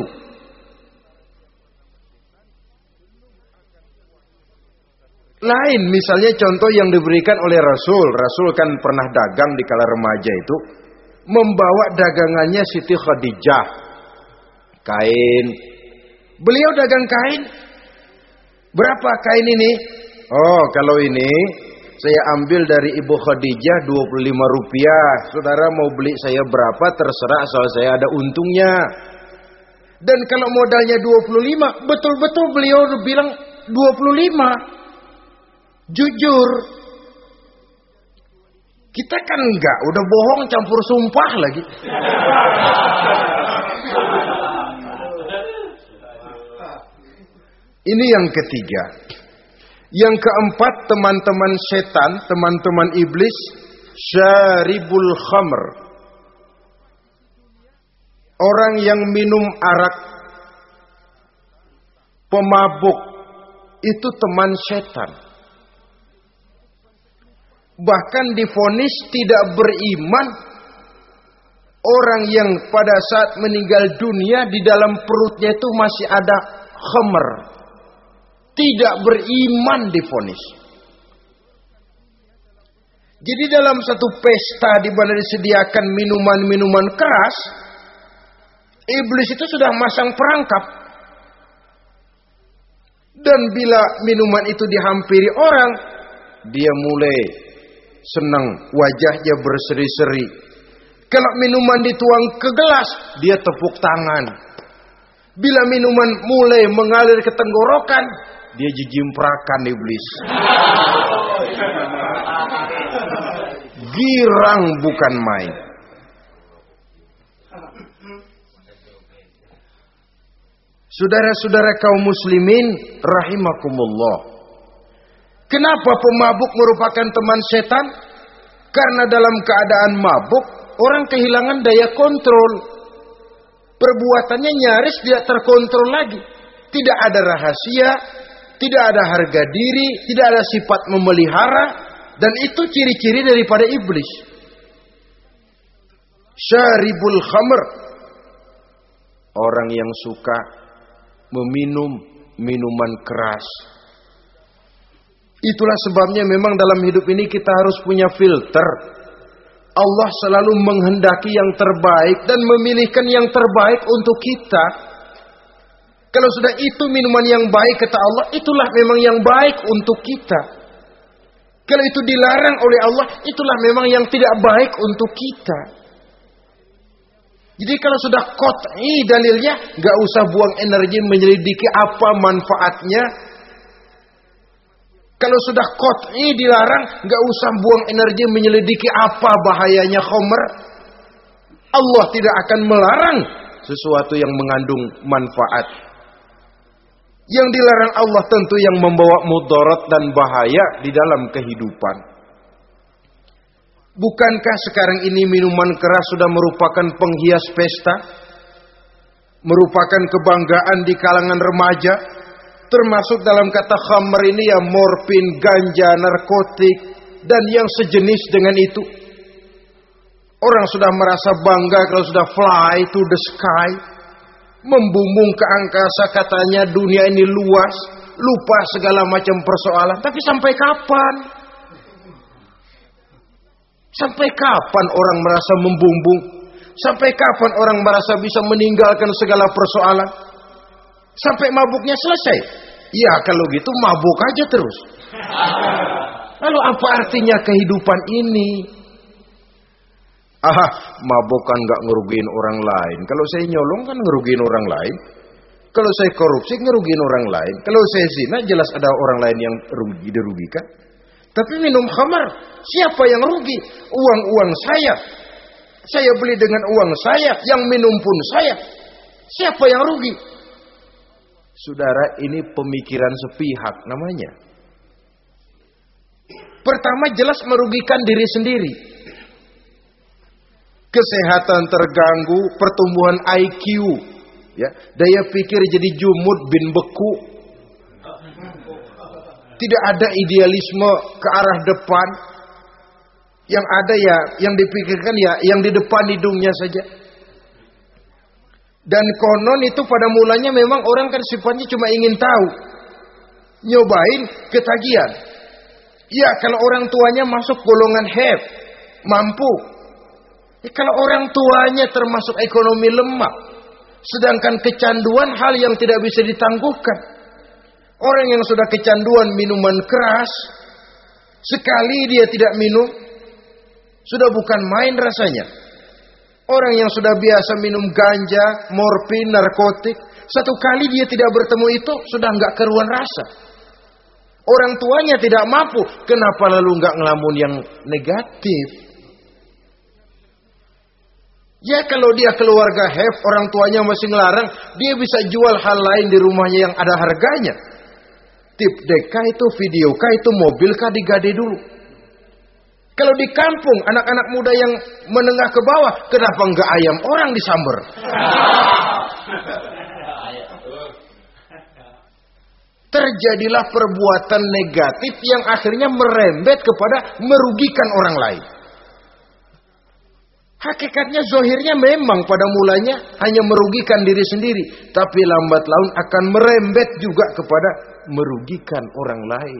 Lain misalnya contoh yang diberikan oleh Rasul. Rasul kan pernah dagang di kala remaja itu. Membawa dagangannya Siti Khadijah. Kain. Beliau dagang kain. Berapa kain ini? Oh, kalau ini saya ambil dari Ibu Khadijah 25 rupiah. Saudara mau beli saya berapa terserah, soal saya ada untungnya. Dan kalau modalnya 25, betul-betul beliau bilang 25. Jujur. Kita kan enggak, udah bohong campur sumpah lagi. Ini yang ketiga. Yang keempat, teman-teman setan, teman-teman iblis, syaribul khamr. Orang yang minum arak, pemabuk, itu teman setan. Bahkan divonis tidak beriman orang yang pada saat meninggal dunia di dalam perutnya itu masih ada khamr. Tidak beriman divonis. Jadi dalam satu pesta di mana disediakan minuman-minuman keras, iblis itu sudah masang perangkap. Dan bila minuman itu dihampiri orang, dia mulai senang, wajahnya berseri-seri. Kalau minuman dituang ke gelas, dia tepuk tangan. Bila minuman mulai mengalir ke tenggorokan, dia jijimprakan iblis. Girang bukan main. Saudara-saudara kaum muslimin rahimakumullah. Kenapa pemabuk merupakan teman setan? Karena dalam keadaan mabuk, orang kehilangan daya kontrol. Perbuatannya nyaris tidak terkontrol lagi. Tidak ada rahasia, tidak ada harga diri, tidak ada sifat memelihara, dan itu ciri-ciri daripada iblis. Syaribul khamr, orang yang suka meminum minuman keras. Itulah sebabnya memang dalam hidup ini kita harus punya filter. Allah selalu menghendaki yang terbaik dan memilihkan yang terbaik untuk kita. Kalau sudah itu minuman yang baik kata Allah, itulah memang yang baik untuk kita. Kalau itu dilarang oleh Allah, itulah memang yang tidak baik untuk kita. Jadi kalau sudah qat'i dalilnya, gak usah buang energi menyelidiki apa manfaatnya. Kalau sudah qat'i dilarang, gak usah buang energi menyelidiki apa bahayanya khamr. Allah tidak akan melarang sesuatu yang mengandung manfaat. Yang dilarang Allah tentu yang membawa mudarat dan bahaya di dalam kehidupan. Bukankah sekarang ini minuman keras sudah merupakan penghias pesta? Merupakan kebanggaan di kalangan remaja? Termasuk dalam kata khamr ini ya morfin, ganja, narkotik, dan yang sejenis dengan itu. Orang sudah merasa bangga kalau sudah fly to the sky. Membumbung ke angkasa, katanya dunia ini luas, lupa segala macam persoalan. Tapi sampai kapan? Sampai kapan orang merasa membumbung? Sampai kapan orang merasa bisa meninggalkan segala persoalan? Sampai mabuknya selesai? Ya kalau gitu mabuk aja terus. Lalu apa artinya kehidupan ini? Mabuk kan gak ngerugiin orang lain. Kalau saya nyolong kan ngerugiin orang lain. Kalau saya korupsi ngerugiin orang lain. Kalau saya zina jelas ada orang lain yang dirugikan. Tapi minum khamar, siapa yang rugi? Uang-uang saya. Saya beli dengan uang saya, yang minum pun saya. Siapa yang rugi? Saudara, ini pemikiran sepihak namanya. Pertama jelas merugikan diri sendiri. Kesehatan terganggu, pertumbuhan IQ, ya, daya pikir jadi jumud bin beku. Tidak ada idealisme ke arah depan. Yang ada ya, yang dipikirkan ya, yang di depan hidungnya saja. Dan konon itu pada mulanya memang orang kan sifatnya cuma ingin tahu. Nyobain ketagihan. Ya kalau orang tuanya masuk golongan have, mampu. Kalau orang tuanya termasuk ekonomi lemah, sedangkan kecanduan hal yang tidak bisa ditangguhkan. Orang yang sudah kecanduan minuman keras, Sekali dia tidak minum, sudah bukan main rasanya. Orang yang sudah biasa minum ganja, morfin, narkotik, satu kali dia tidak bertemu itu, sudah nggak keruan rasa. Orang tuanya tidak mampu, kenapa lalu nggak ngelamun yang negatif? Ya kalau dia keluarga have, orang tuanya masih ngelarang, dia bisa jual hal lain di rumahnya yang ada harganya. Tip deka itu, video kah itu, mobil kah digade dulu. Kalau di kampung, anak-anak muda yang menengah ke bawah, kenapa enggak ayam orang disamber? Terjadilah perbuatan negatif yang akhirnya merembet kepada merugikan orang lain. Hakikatnya zohirnya memang pada mulanya hanya merugikan diri sendiri. Tapi lambat laun akan merembet juga kepada merugikan orang lain.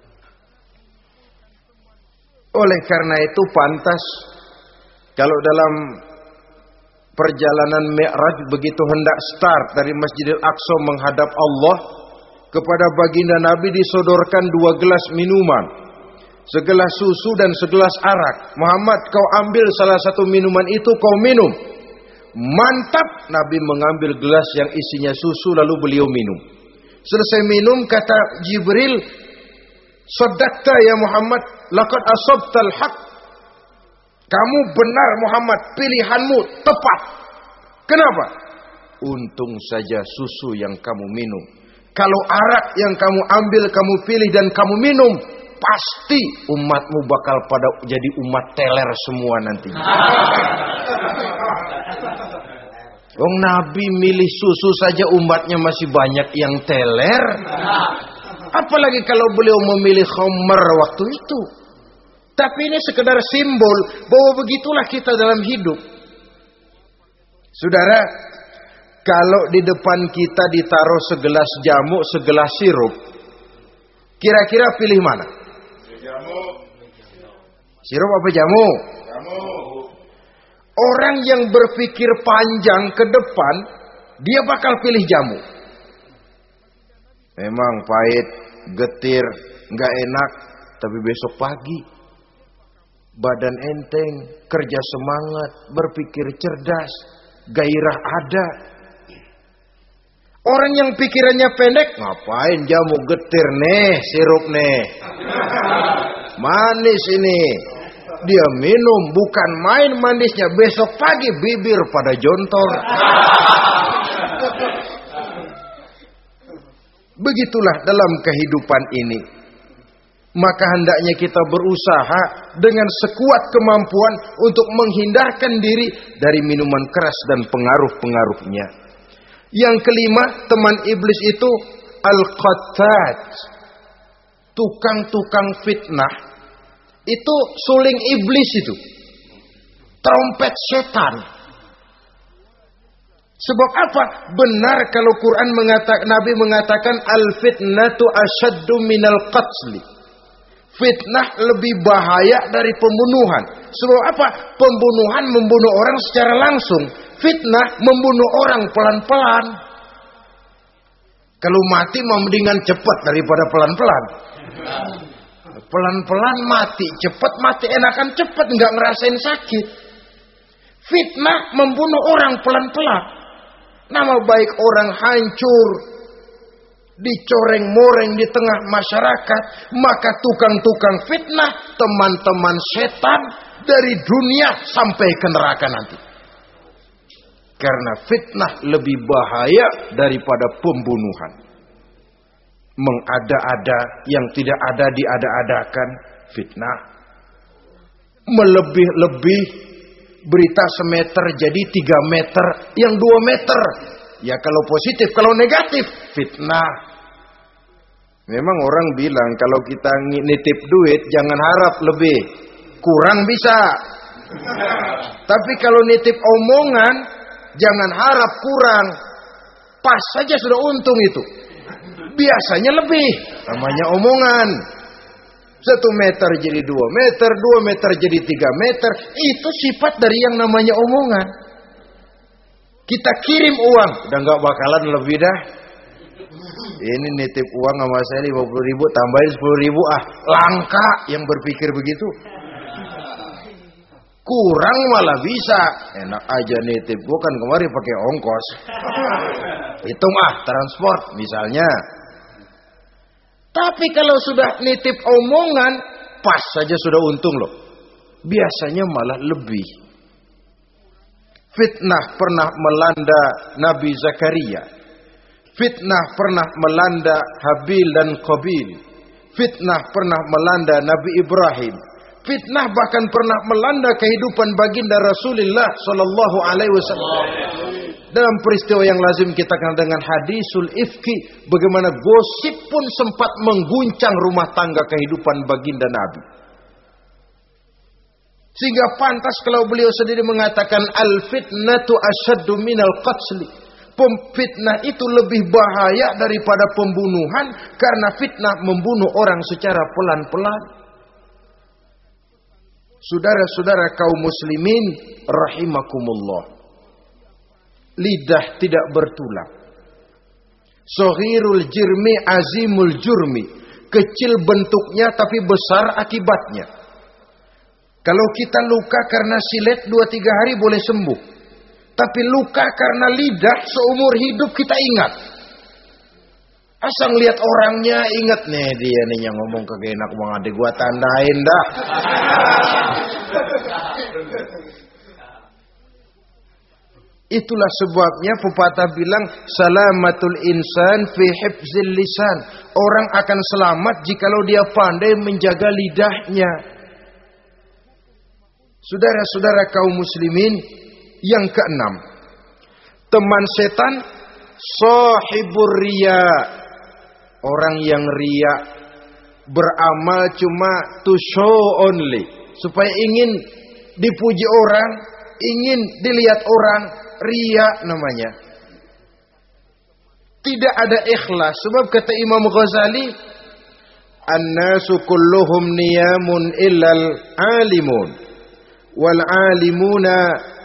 Oleh karena itu pantas kalau dalam perjalanan Mi'raj begitu hendak start dari Masjidil Aqsa menghadap Allah, kepada baginda Nabi disodorkan 2 gelas minuman. Segelas susu dan segelas arak. Muhammad, kau ambil salah satu minuman itu, kau minum. Mantap, Nabi mengambil gelas yang isinya susu lalu beliau minum. Selesai minum kata Jibril, "Shaddaqta ya Muhammad, laqad asabtal haq." Kamu benar Muhammad, pilihanmu tepat. Kenapa? Untung saja susu yang kamu minum. Kalau arak yang kamu ambil, kamu pilih dan kamu minum, pasti umatmu bakal pada jadi umat teler semua nanti. Wong Nabi milih susu saja umatnya masih banyak yang teler. Apalagi kalau beliau memilih khamr waktu itu. Tapi ini sekedar simbol bahwa begitulah kita dalam hidup. Saudara, kalau di depan kita ditaruh segelas jamu, segelas sirup, kira-kira pilih mana? Jamu. Sirup apa jamu? Jamu. Orang yang berpikir panjang ke depan, dia bakal pilih jamu. Memang pahit, getir, nggak enak, tapi besok pagi badan enteng, kerja semangat, berpikir cerdas, gairah ada. Orang yang pikirannya pendek, ngapain jamu getir nih, sirup nih, manis ini. Dia minum, bukan main manisnya, besok pagi bibir pada jontor. Begitulah dalam kehidupan ini. Maka hendaknya kita berusaha dengan sekuat kemampuan untuk menghindarkan diri dari minuman keras dan pengaruh-pengaruhnya. Yang kelima, teman iblis itu al-qattat, tukang-tukang fitnah. Itu suling iblis itu, trompet setan. Sebab apa? Benar kalau Quran mengatakan, Nabi mengatakan al-fitnatu asyaddu minal qatli. Fitnah lebih bahaya dari pembunuhan. Sebab apa? Pembunuhan membunuh orang secara langsung. Fitnah membunuh orang pelan-pelan. Kalau mati mendingan cepat daripada pelan-pelan. Pelan-pelan mati, cepat mati enakan cepat, nggak ngerasain sakit. Fitnah membunuh orang pelan-pelan. Nama baik orang hancur, dicoreng-moreng di tengah masyarakat. Maka tukang-tukang fitnah, teman-teman setan dari dunia sampai ke neraka nanti. Karena fitnah lebih bahaya daripada pembunuhan. Mengada-ada yang tidak ada diada-adakan, fitnah. Melebih-lebih, berita semeter jadi 3 meter, yang 2 meter. Ya kalau positif, kalau negatif, fitnah. Memang orang bilang kalau kita nitip duit jangan harap lebih, kurang bisa. Tapi kalau nitip omongan jangan harap kurang, pas saja sudah untung itu. Biasanya lebih, namanya omongan. 1 meter jadi 2 meter, 2 meter jadi 3 meter. Itu sifat dari yang namanya omongan. Kita kirim uang, udah gak bakalan lebih dah. Ini nitip uang sama saya 50.000, tambahin 10.000 langka yang berpikir begitu. Kurang malah bisa. Enak aja nitip, gua kan kemarin pakai ongkos. Hitung transport misalnya. Tapi kalau sudah nitip omongan, pas saja sudah untung loh. Biasanya malah lebih. Fitnah pernah melanda Nabi Zakaria. Fitnah pernah melanda Habil dan Qabil. Fitnah pernah melanda Nabi Ibrahim. Fitnah bahkan pernah melanda kehidupan baginda Rasulullah sallallahu alaihi wasallam. Dalam peristiwa yang lazim kita kenal dengan hadisul ifki, bagaimana gosip pun sempat mengguncang rumah tangga kehidupan baginda Nabi. Sehingga pantas kalau beliau sendiri mengatakan al-fitnatu asyaddu minal qatli. Fitnah itu lebih bahaya daripada pembunuhan, karena fitnah membunuh orang secara pelan-pelan. Saudara-saudara kaum muslimin rahimakumullah. Lidah tidak bertulang. Shaghirul jirmi azimul jurmi. Kecil bentuknya tapi besar akibatnya. Kalau kita luka karena silet 2-3 hari boleh sembuh. Tapi luka karena lidah seumur hidup kita ingat. Asal lihat orangnya ingat nih dia nih yang ngomong kagak enak bang adik gua tandain dah. Itulah sebabnya pepatah bilang salamatul insan fi hifzil lisan. Orang akan selamat jikalau dia pandai menjaga lidahnya. Saudara-saudara kaum muslimin, yang keenam, teman setan sahibur riya. Orang yang riya, beramal cuma to show only, supaya ingin dipuji orang, ingin dilihat orang, riya namanya. Tidak ada ikhlas. Sebab kata Imam Ghazali, an-nasu kulluhum niyamun illal alimun wal alimuna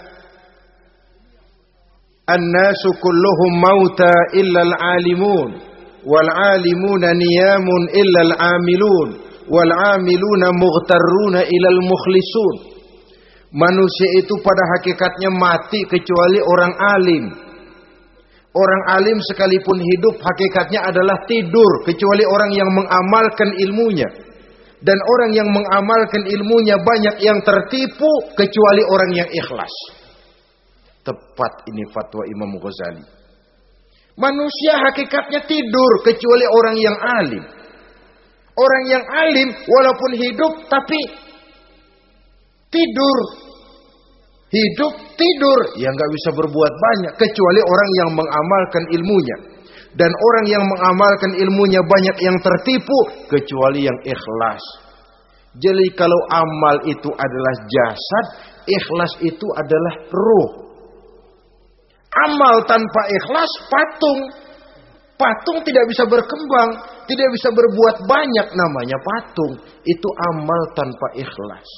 an-nasu kulluhum mauta illal alimun wal alimuna niyamun illal amilun wal amiluna mughtarruna ilal mukhlisun. Manusia itu pada hakikatnya mati kecuali orang alim. Orang alim sekalipun hidup hakikatnya adalah tidur kecuali orang yang mengamalkan ilmunya. Dan orang yang mengamalkan ilmunya banyak yang tertipu kecuali orang yang ikhlas. Tepat ini fatwa Imam Ghazali. Manusia hakikatnya tidur kecuali orang yang alim. Orang yang alim walaupun hidup tapi tidur. Hidup tidur, ya nggak bisa berbuat banyak kecuali orang yang mengamalkan ilmunya. Dan orang yang mengamalkan ilmunya banyak yang tertipu kecuali yang ikhlas. Jadi kalau amal itu adalah jasad, ikhlas itu adalah ruh. Amal tanpa ikhlas patung. Patung tidak bisa berkembang, tidak bisa berbuat banyak, namanya patung. Itu amal tanpa ikhlas.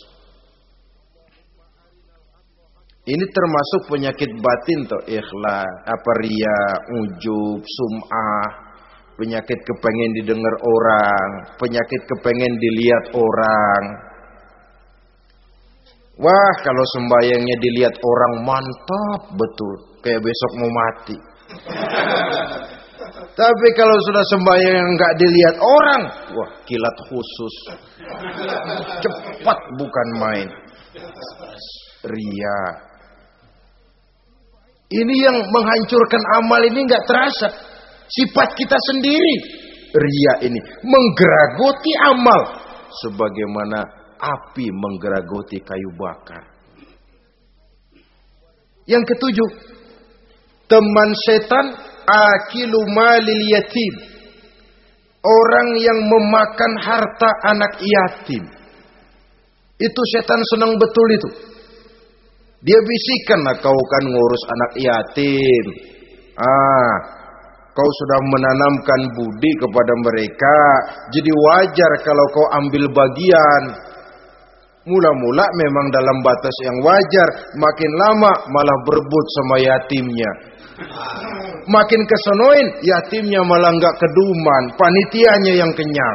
Ini termasuk penyakit batin toh, ikhlas, riya, ujub, sum'ah, penyakit kepengen didengar orang, penyakit kepengen dilihat orang. Wah, kalau sembayangnya dilihat orang mantap betul, kayak besok mau mati. Tapi kalau sudah sembahyang nggak dilihat orang, wah kilat khusus, cepat bukan main. Riya. Ini yang menghancurkan amal ini nggak terasa. Sifat kita sendiri. Riya ini menggeragoti amal. Sebagaimana api menggeragoti kayu bakar. Yang ketujuh. Teman setan akilu malil yatim. Orang yang memakan harta anak yatim. Itu setan senang betul itu. Dia bisikan, kau kan ngurus anak yatim. Kau sudah menanamkan budi kepada mereka. Jadi wajar kalau kau ambil bagian. Mula-mula memang dalam batas yang wajar, makin lama malah berebut sama yatimnya. Makin kesonoin, yatimnya malah nggak keduman, panitianya yang kenyang.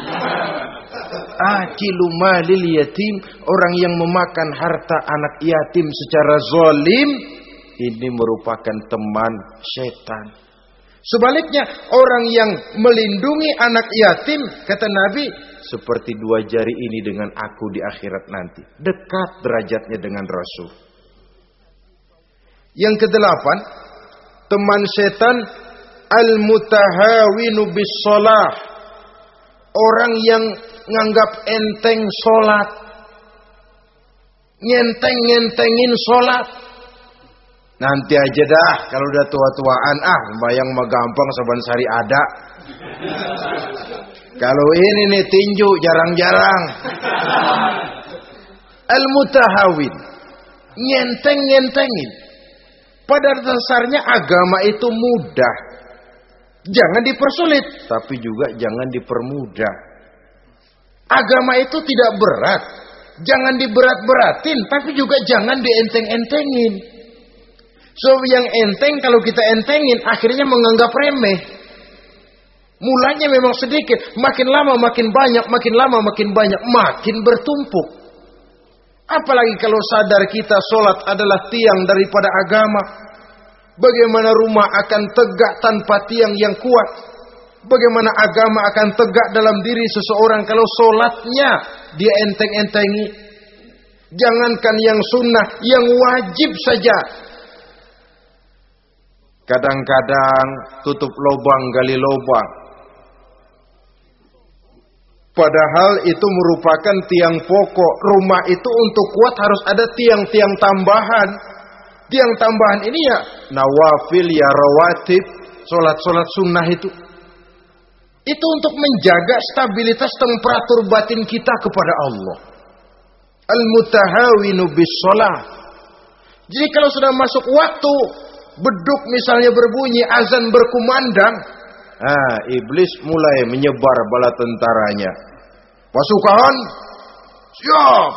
Akilu malil yatim, orang yang memakan harta anak yatim secara zalim, ini merupakan teman setan. Sebaliknya, orang yang melindungi anak yatim, kata Nabi, seperti dua jari ini dengan aku di akhirat nanti. Dekat derajatnya dengan Rasul. Yang kedelapan, teman setan al-mutahawinu bis shalah. Orang yang nganggap enteng sholat, ngentengin sholat. Nanti aja dah, kalau udah tua-tuaan, sembayang mah gampang, saban sari ada. Kalau ini nih tinju jarang-jarang. Al-mutahawin, ngentengin. Pada dasarnya agama itu mudah. Jangan dipersulit, tapi juga jangan dipermudah. Agama itu tidak berat. Jangan diberat-beratin, tapi juga jangan dienteng-entengin. So yang enteng kalau kita entengin akhirnya menganggap remeh. Mulanya memang sedikit, makin lama makin banyak, makin lama makin banyak, makin bertumpuk. Apalagi kalau sadar kita sholat adalah tiang daripada agama. Bagaimana rumah akan tegak tanpa tiang yang kuat? Bagaimana agama akan tegak dalam diri seseorang kalau sholatnya dia enteng-entengi? Jangankan yang sunnah, yang wajib saja. Kadang-kadang tutup lubang gali lubang. Padahal itu merupakan tiang pokok. Rumah itu untuk kuat harus ada tiang-tiang tambahan. Tiang tambahan ini ya nawafil, ya rawatib, solat-solat sunnah itu. Itu untuk menjaga stabilitas temperatur batin kita kepada Allah. Al-mutahawinu bis shalah. Jadi kalau sudah masuk waktu, beduk misalnya berbunyi, azan berkumandang, iblis mulai menyebar bala tentaranya. Pasukan, siap.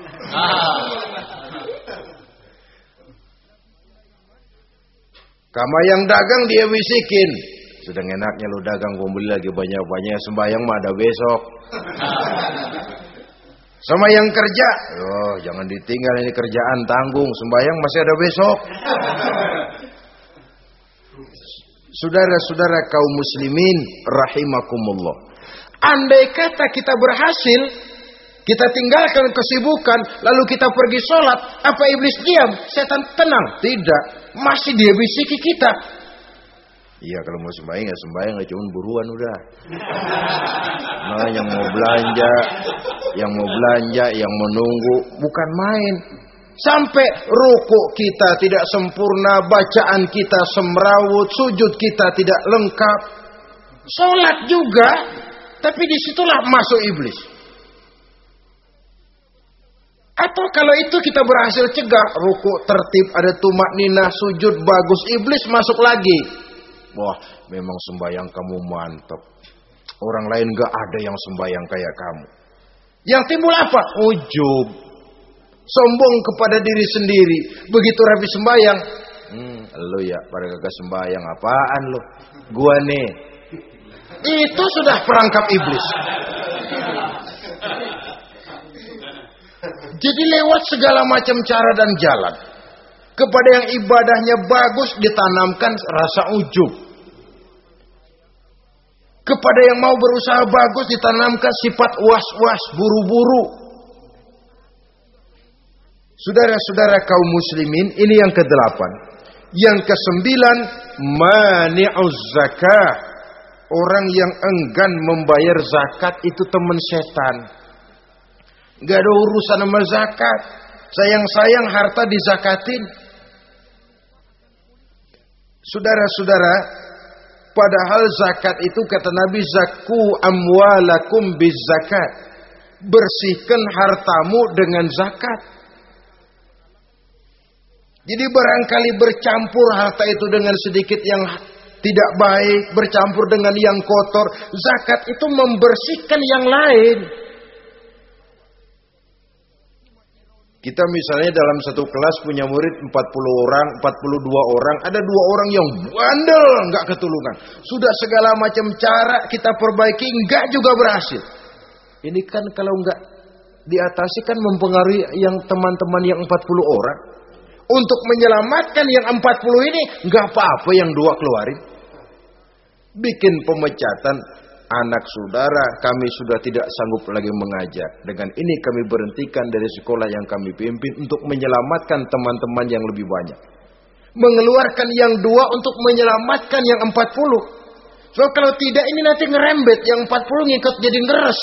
Kama yang dagang dia bisikin, sedang enaknya lu dagang, gua beli lagi banyak-banyak, sembahyang mah ada besok. Sama yang kerja, jangan ditinggal ini kerjaan, tanggung, sembahyang masih ada besok. Saudara-saudara kaum muslimin rahimakumullah. Andai kata kita berhasil, kita tinggalkan kesibukan, lalu kita pergi sholat, apa iblis diam? Setan tenang? Tidak, masih dia bisiki kita. Iya, kalau mau sembahyang ya sembahyang, cuma buruan udah. Nah, yang mau belanja, yang menunggu, bukan main. Sampai rukuk kita tidak sempurna, bacaan kita semrawut, sujud kita tidak lengkap. Sholat juga, tapi disitulah masuk iblis. Atau kalau itu kita berhasil cegah, rukuk tertib, ada tumak ninah, sujud bagus, iblis masuk lagi. Wah, memang sembahyang kamu mantap. Orang lain gak ada yang sembahyang kayak kamu. Yang timbul apa? Ujub. Sombong kepada diri sendiri. Begitu rapi sembahyang, lu ya pada kagak sembahyang, apaan lu? Gua nih. Itu sudah perangkap iblis. Jadi lewat segala macam cara dan jalan, kepada yang ibadahnya bagus ditanamkan rasa ujub. Kepada yang mau berusaha bagus ditanamkan sifat was-was, buru-buru. Saudara-saudara kaum muslimin, ini yang ke-8. Yang ke-9, mani'uz zakah. Orang yang enggan membayar zakat itu teman setan. Gak ada urusan sama zakat. Sayang-sayang harta dizakatin. Saudara-saudara, padahal zakat itu kata Nabi, zakku amwalakum biz zakat. Bersihkan hartamu dengan zakat. Jadi barangkali bercampur harta itu dengan sedikit yang tidak baik, bercampur dengan yang kotor. Zakat itu membersihkan yang lain. Kita misalnya dalam satu kelas punya murid 40 orang, 42 orang, ada 2 orang yang bandel, enggak ketulungan. Sudah segala macam cara kita perbaiki, enggak juga berhasil. Ini kan kalau enggak diatasi kan mempengaruhi yang teman-teman yang 40 orang. Untuk menyelamatkan yang 40 ini, enggak apa-apa yang 2 keluarin. Bikin pemecatan. Anak saudara, kami sudah tidak sanggup lagi mengajar. Dengan ini kami berhentikan dari sekolah yang kami pimpin untuk menyelamatkan teman-teman yang lebih banyak. Mengeluarkan yang 2 untuk menyelamatkan yang 40. So kalau tidak ini nanti ngerembet, yang 40 ngikut jadi ngeres.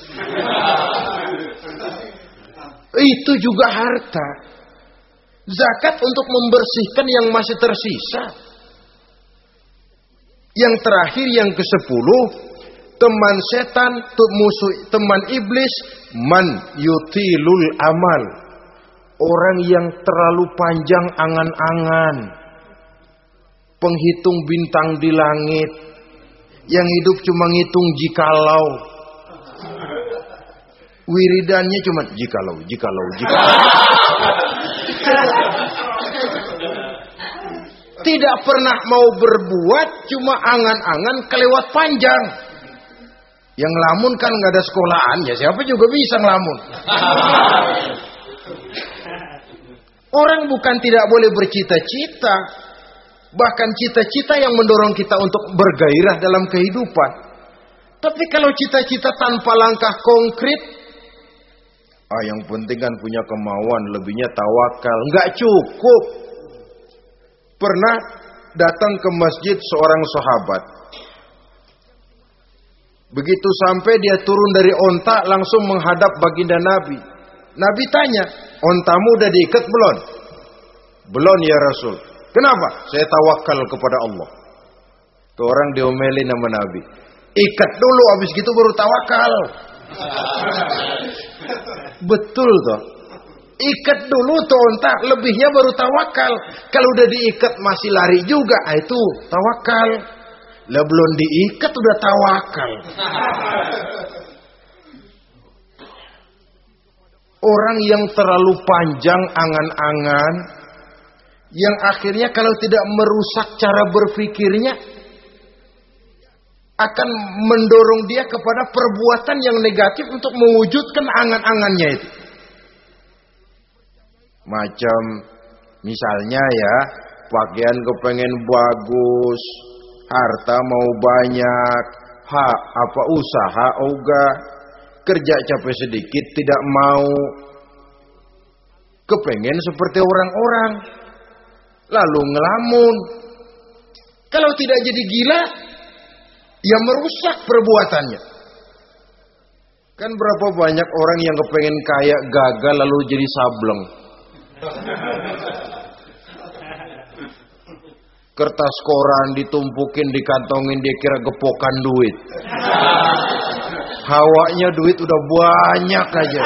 Itu juga harta. Zakat untuk membersihkan yang masih tersisa. Yang terakhir yang ke-10. Teman setan, musuh, teman iblis, man yutilul amal. Orang yang terlalu panjang angan-angan. Penghitung bintang di langit. Yang hidup cuma ngitung jikalau. Wiridannya cuma jikalau. Tidak pernah mau berbuat, cuma angan-angan kelewat panjang. Yang ngelamun kan nggak ada sekolahan, ya siapa juga bisa ngelamun. Orang bukan tidak boleh bercita-cita, bahkan cita-cita yang mendorong kita untuk bergairah dalam kehidupan. Tapi kalau cita-cita tanpa langkah konkret, yang penting kan punya kemauan, lebihnya tawakal, nggak cukup. Pernah datang ke masjid seorang sahabat. Begitu sampai dia turun dari onta langsung menghadap baginda Nabi. Nabi tanya, ontamu udah diikat belum? Belum ya Rasul. Kenapa? Saya tawakal kepada Allah. Tuh orang diomelin sama Nabi. Ikat dulu, habis gitu baru tawakal. Betul toh. Ikat dulu tuh onta, lebihnya baru tawakal. Kalau udah diikat masih lari juga, itu tawakal. Lah belum diikat udah tawakal. Orang yang terlalu panjang angan-angan, yang akhirnya kalau tidak merusak cara berpikirnya, akan mendorong dia kepada perbuatan yang negatif untuk mewujudkan angan-angannya itu. Macam misalnya ya, pakaian kepengen bagus, harta mau banyak, usaha ogah, kerja capek sedikit tidak mau, kepengen seperti orang-orang, lalu ngelamun. Kalau tidak jadi gila, ya merusak perbuatannya. Kan berapa banyak orang yang kepengen kaya gagal lalu jadi sableng. Kertas koran ditumpukin, dikantongin, dia kira gepokan duit. Hawanya duit udah banyak aja.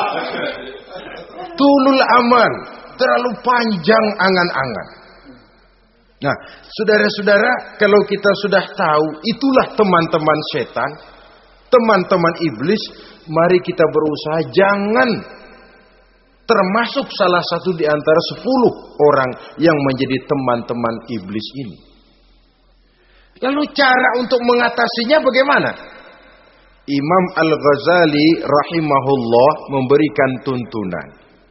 Tulul aman, terlalu panjang angan-angan. Nah, saudara-saudara, kalau kita sudah tahu itulah teman-teman setan, teman-teman iblis, mari kita berusaha jangan termasuk salah satu di antara 10 orang yang menjadi teman-teman iblis ini. Lalu cara untuk mengatasinya bagaimana? Imam Al-Ghazali rahimahullah memberikan tuntunan.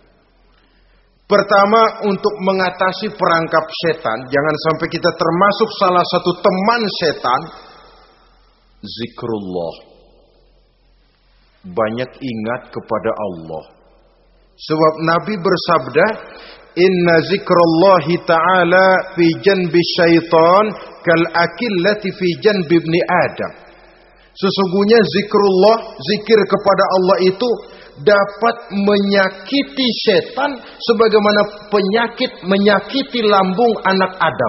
Pertama, untuk mengatasi perangkap setan, jangan sampai kita termasuk salah satu teman setan, zikrullah. Banyak ingat kepada Allah. Sebab Nabi bersabda, inna zikrallahi ta'ala fi janbi syaitan kal akillati fi janbi ibni Adam. Sesungguhnya zikrullah, zikir kepada Allah itu dapat menyakiti setan sebagaimana penyakit menyakiti lambung anak Adam.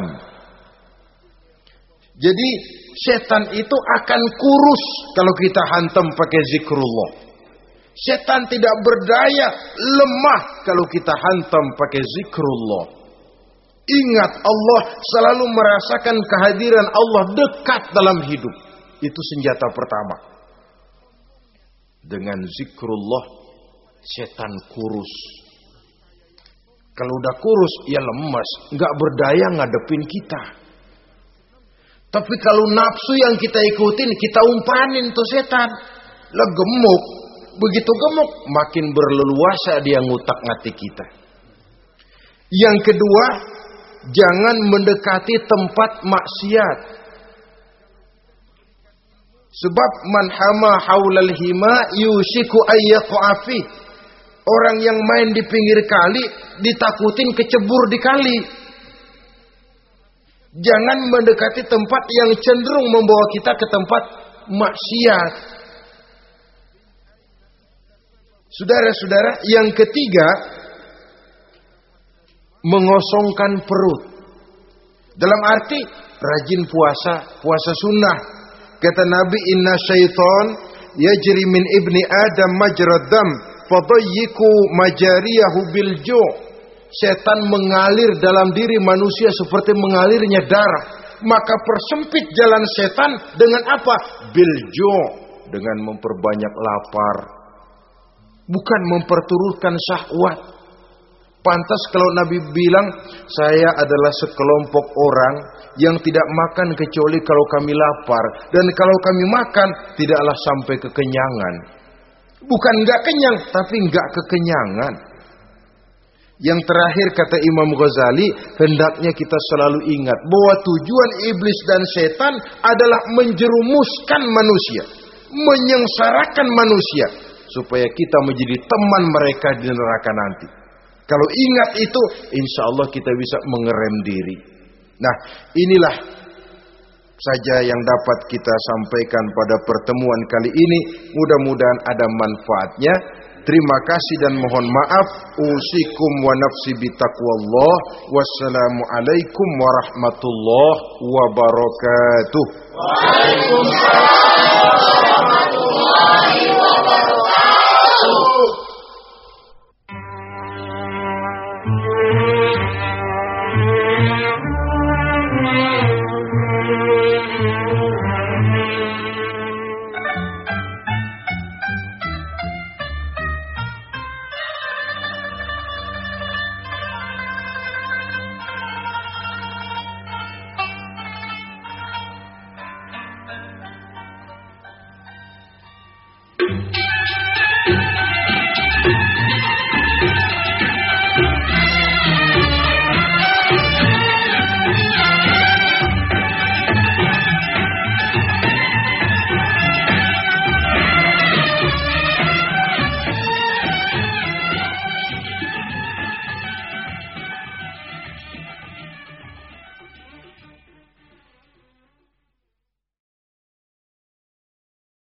Jadi setan itu akan kurus kalau kita hantam pakai zikrullah. Setan tidak berdaya, lemah kalau kita hantam pakai zikrullah. Ingat Allah, selalu merasakan kehadiran Allah dekat dalam hidup. Itu senjata pertama. Dengan zikrullah, setan kurus. Kalau udah kurus, ya lemes, nggak berdaya ngadepin kita. Tapi kalau nafsu yang kita ikutin, kita umpanin tuh setan. Lah gemuk, begitu gemuk, makin berleluasa dia ngutak-ngatik kita. Yang kedua, jangan mendekati tempat maksiat. Sebab man hama haulal hima yusiku ayyaqafi. Orang yang main di pinggir kali ditakutin kecebur di kali. Jangan mendekati tempat yang cenderung membawa kita ke tempat maksiat. Saudara-saudara, yang ketiga, mengosongkan perut. Dalam arti rajin puasa sunnah. Kata Nabi, inna syaitan yajri min ibni adam majrad dam fadayyiku majariyahu bil ju'. Setan mengalir dalam diri manusia seperti mengalirnya darah. Maka persempit jalan setan dengan apa? Bil ju', dengan memperbanyak lapar. Bukan memperturutkan syahwat. Pantas kalau Nabi bilang, saya adalah sekelompok orang yang tidak makan kecuali kalau kami lapar. Dan kalau kami makan, tidaklah sampai kekenyangan. Bukan enggak kenyang, tapi enggak kekenyangan. Yang terakhir kata Imam Ghazali, hendaknya kita selalu ingat bahwa tujuan iblis dan setan adalah menjerumuskan manusia, menyengsarakan manusia, supaya kita menjadi teman mereka di neraka nanti. Kalau ingat itu, insya Allah kita bisa mengerem diri. Nah, inilah saja yang dapat kita sampaikan pada pertemuan kali ini. Mudah-mudahan ada manfaatnya. Terima kasih dan mohon maaf. Usikum wa nafsi bitaqwallah. Wassalamualaikum warahmatullahi wabarakatuh. Waalaikumsalam warahmatullahi wabarakatuh.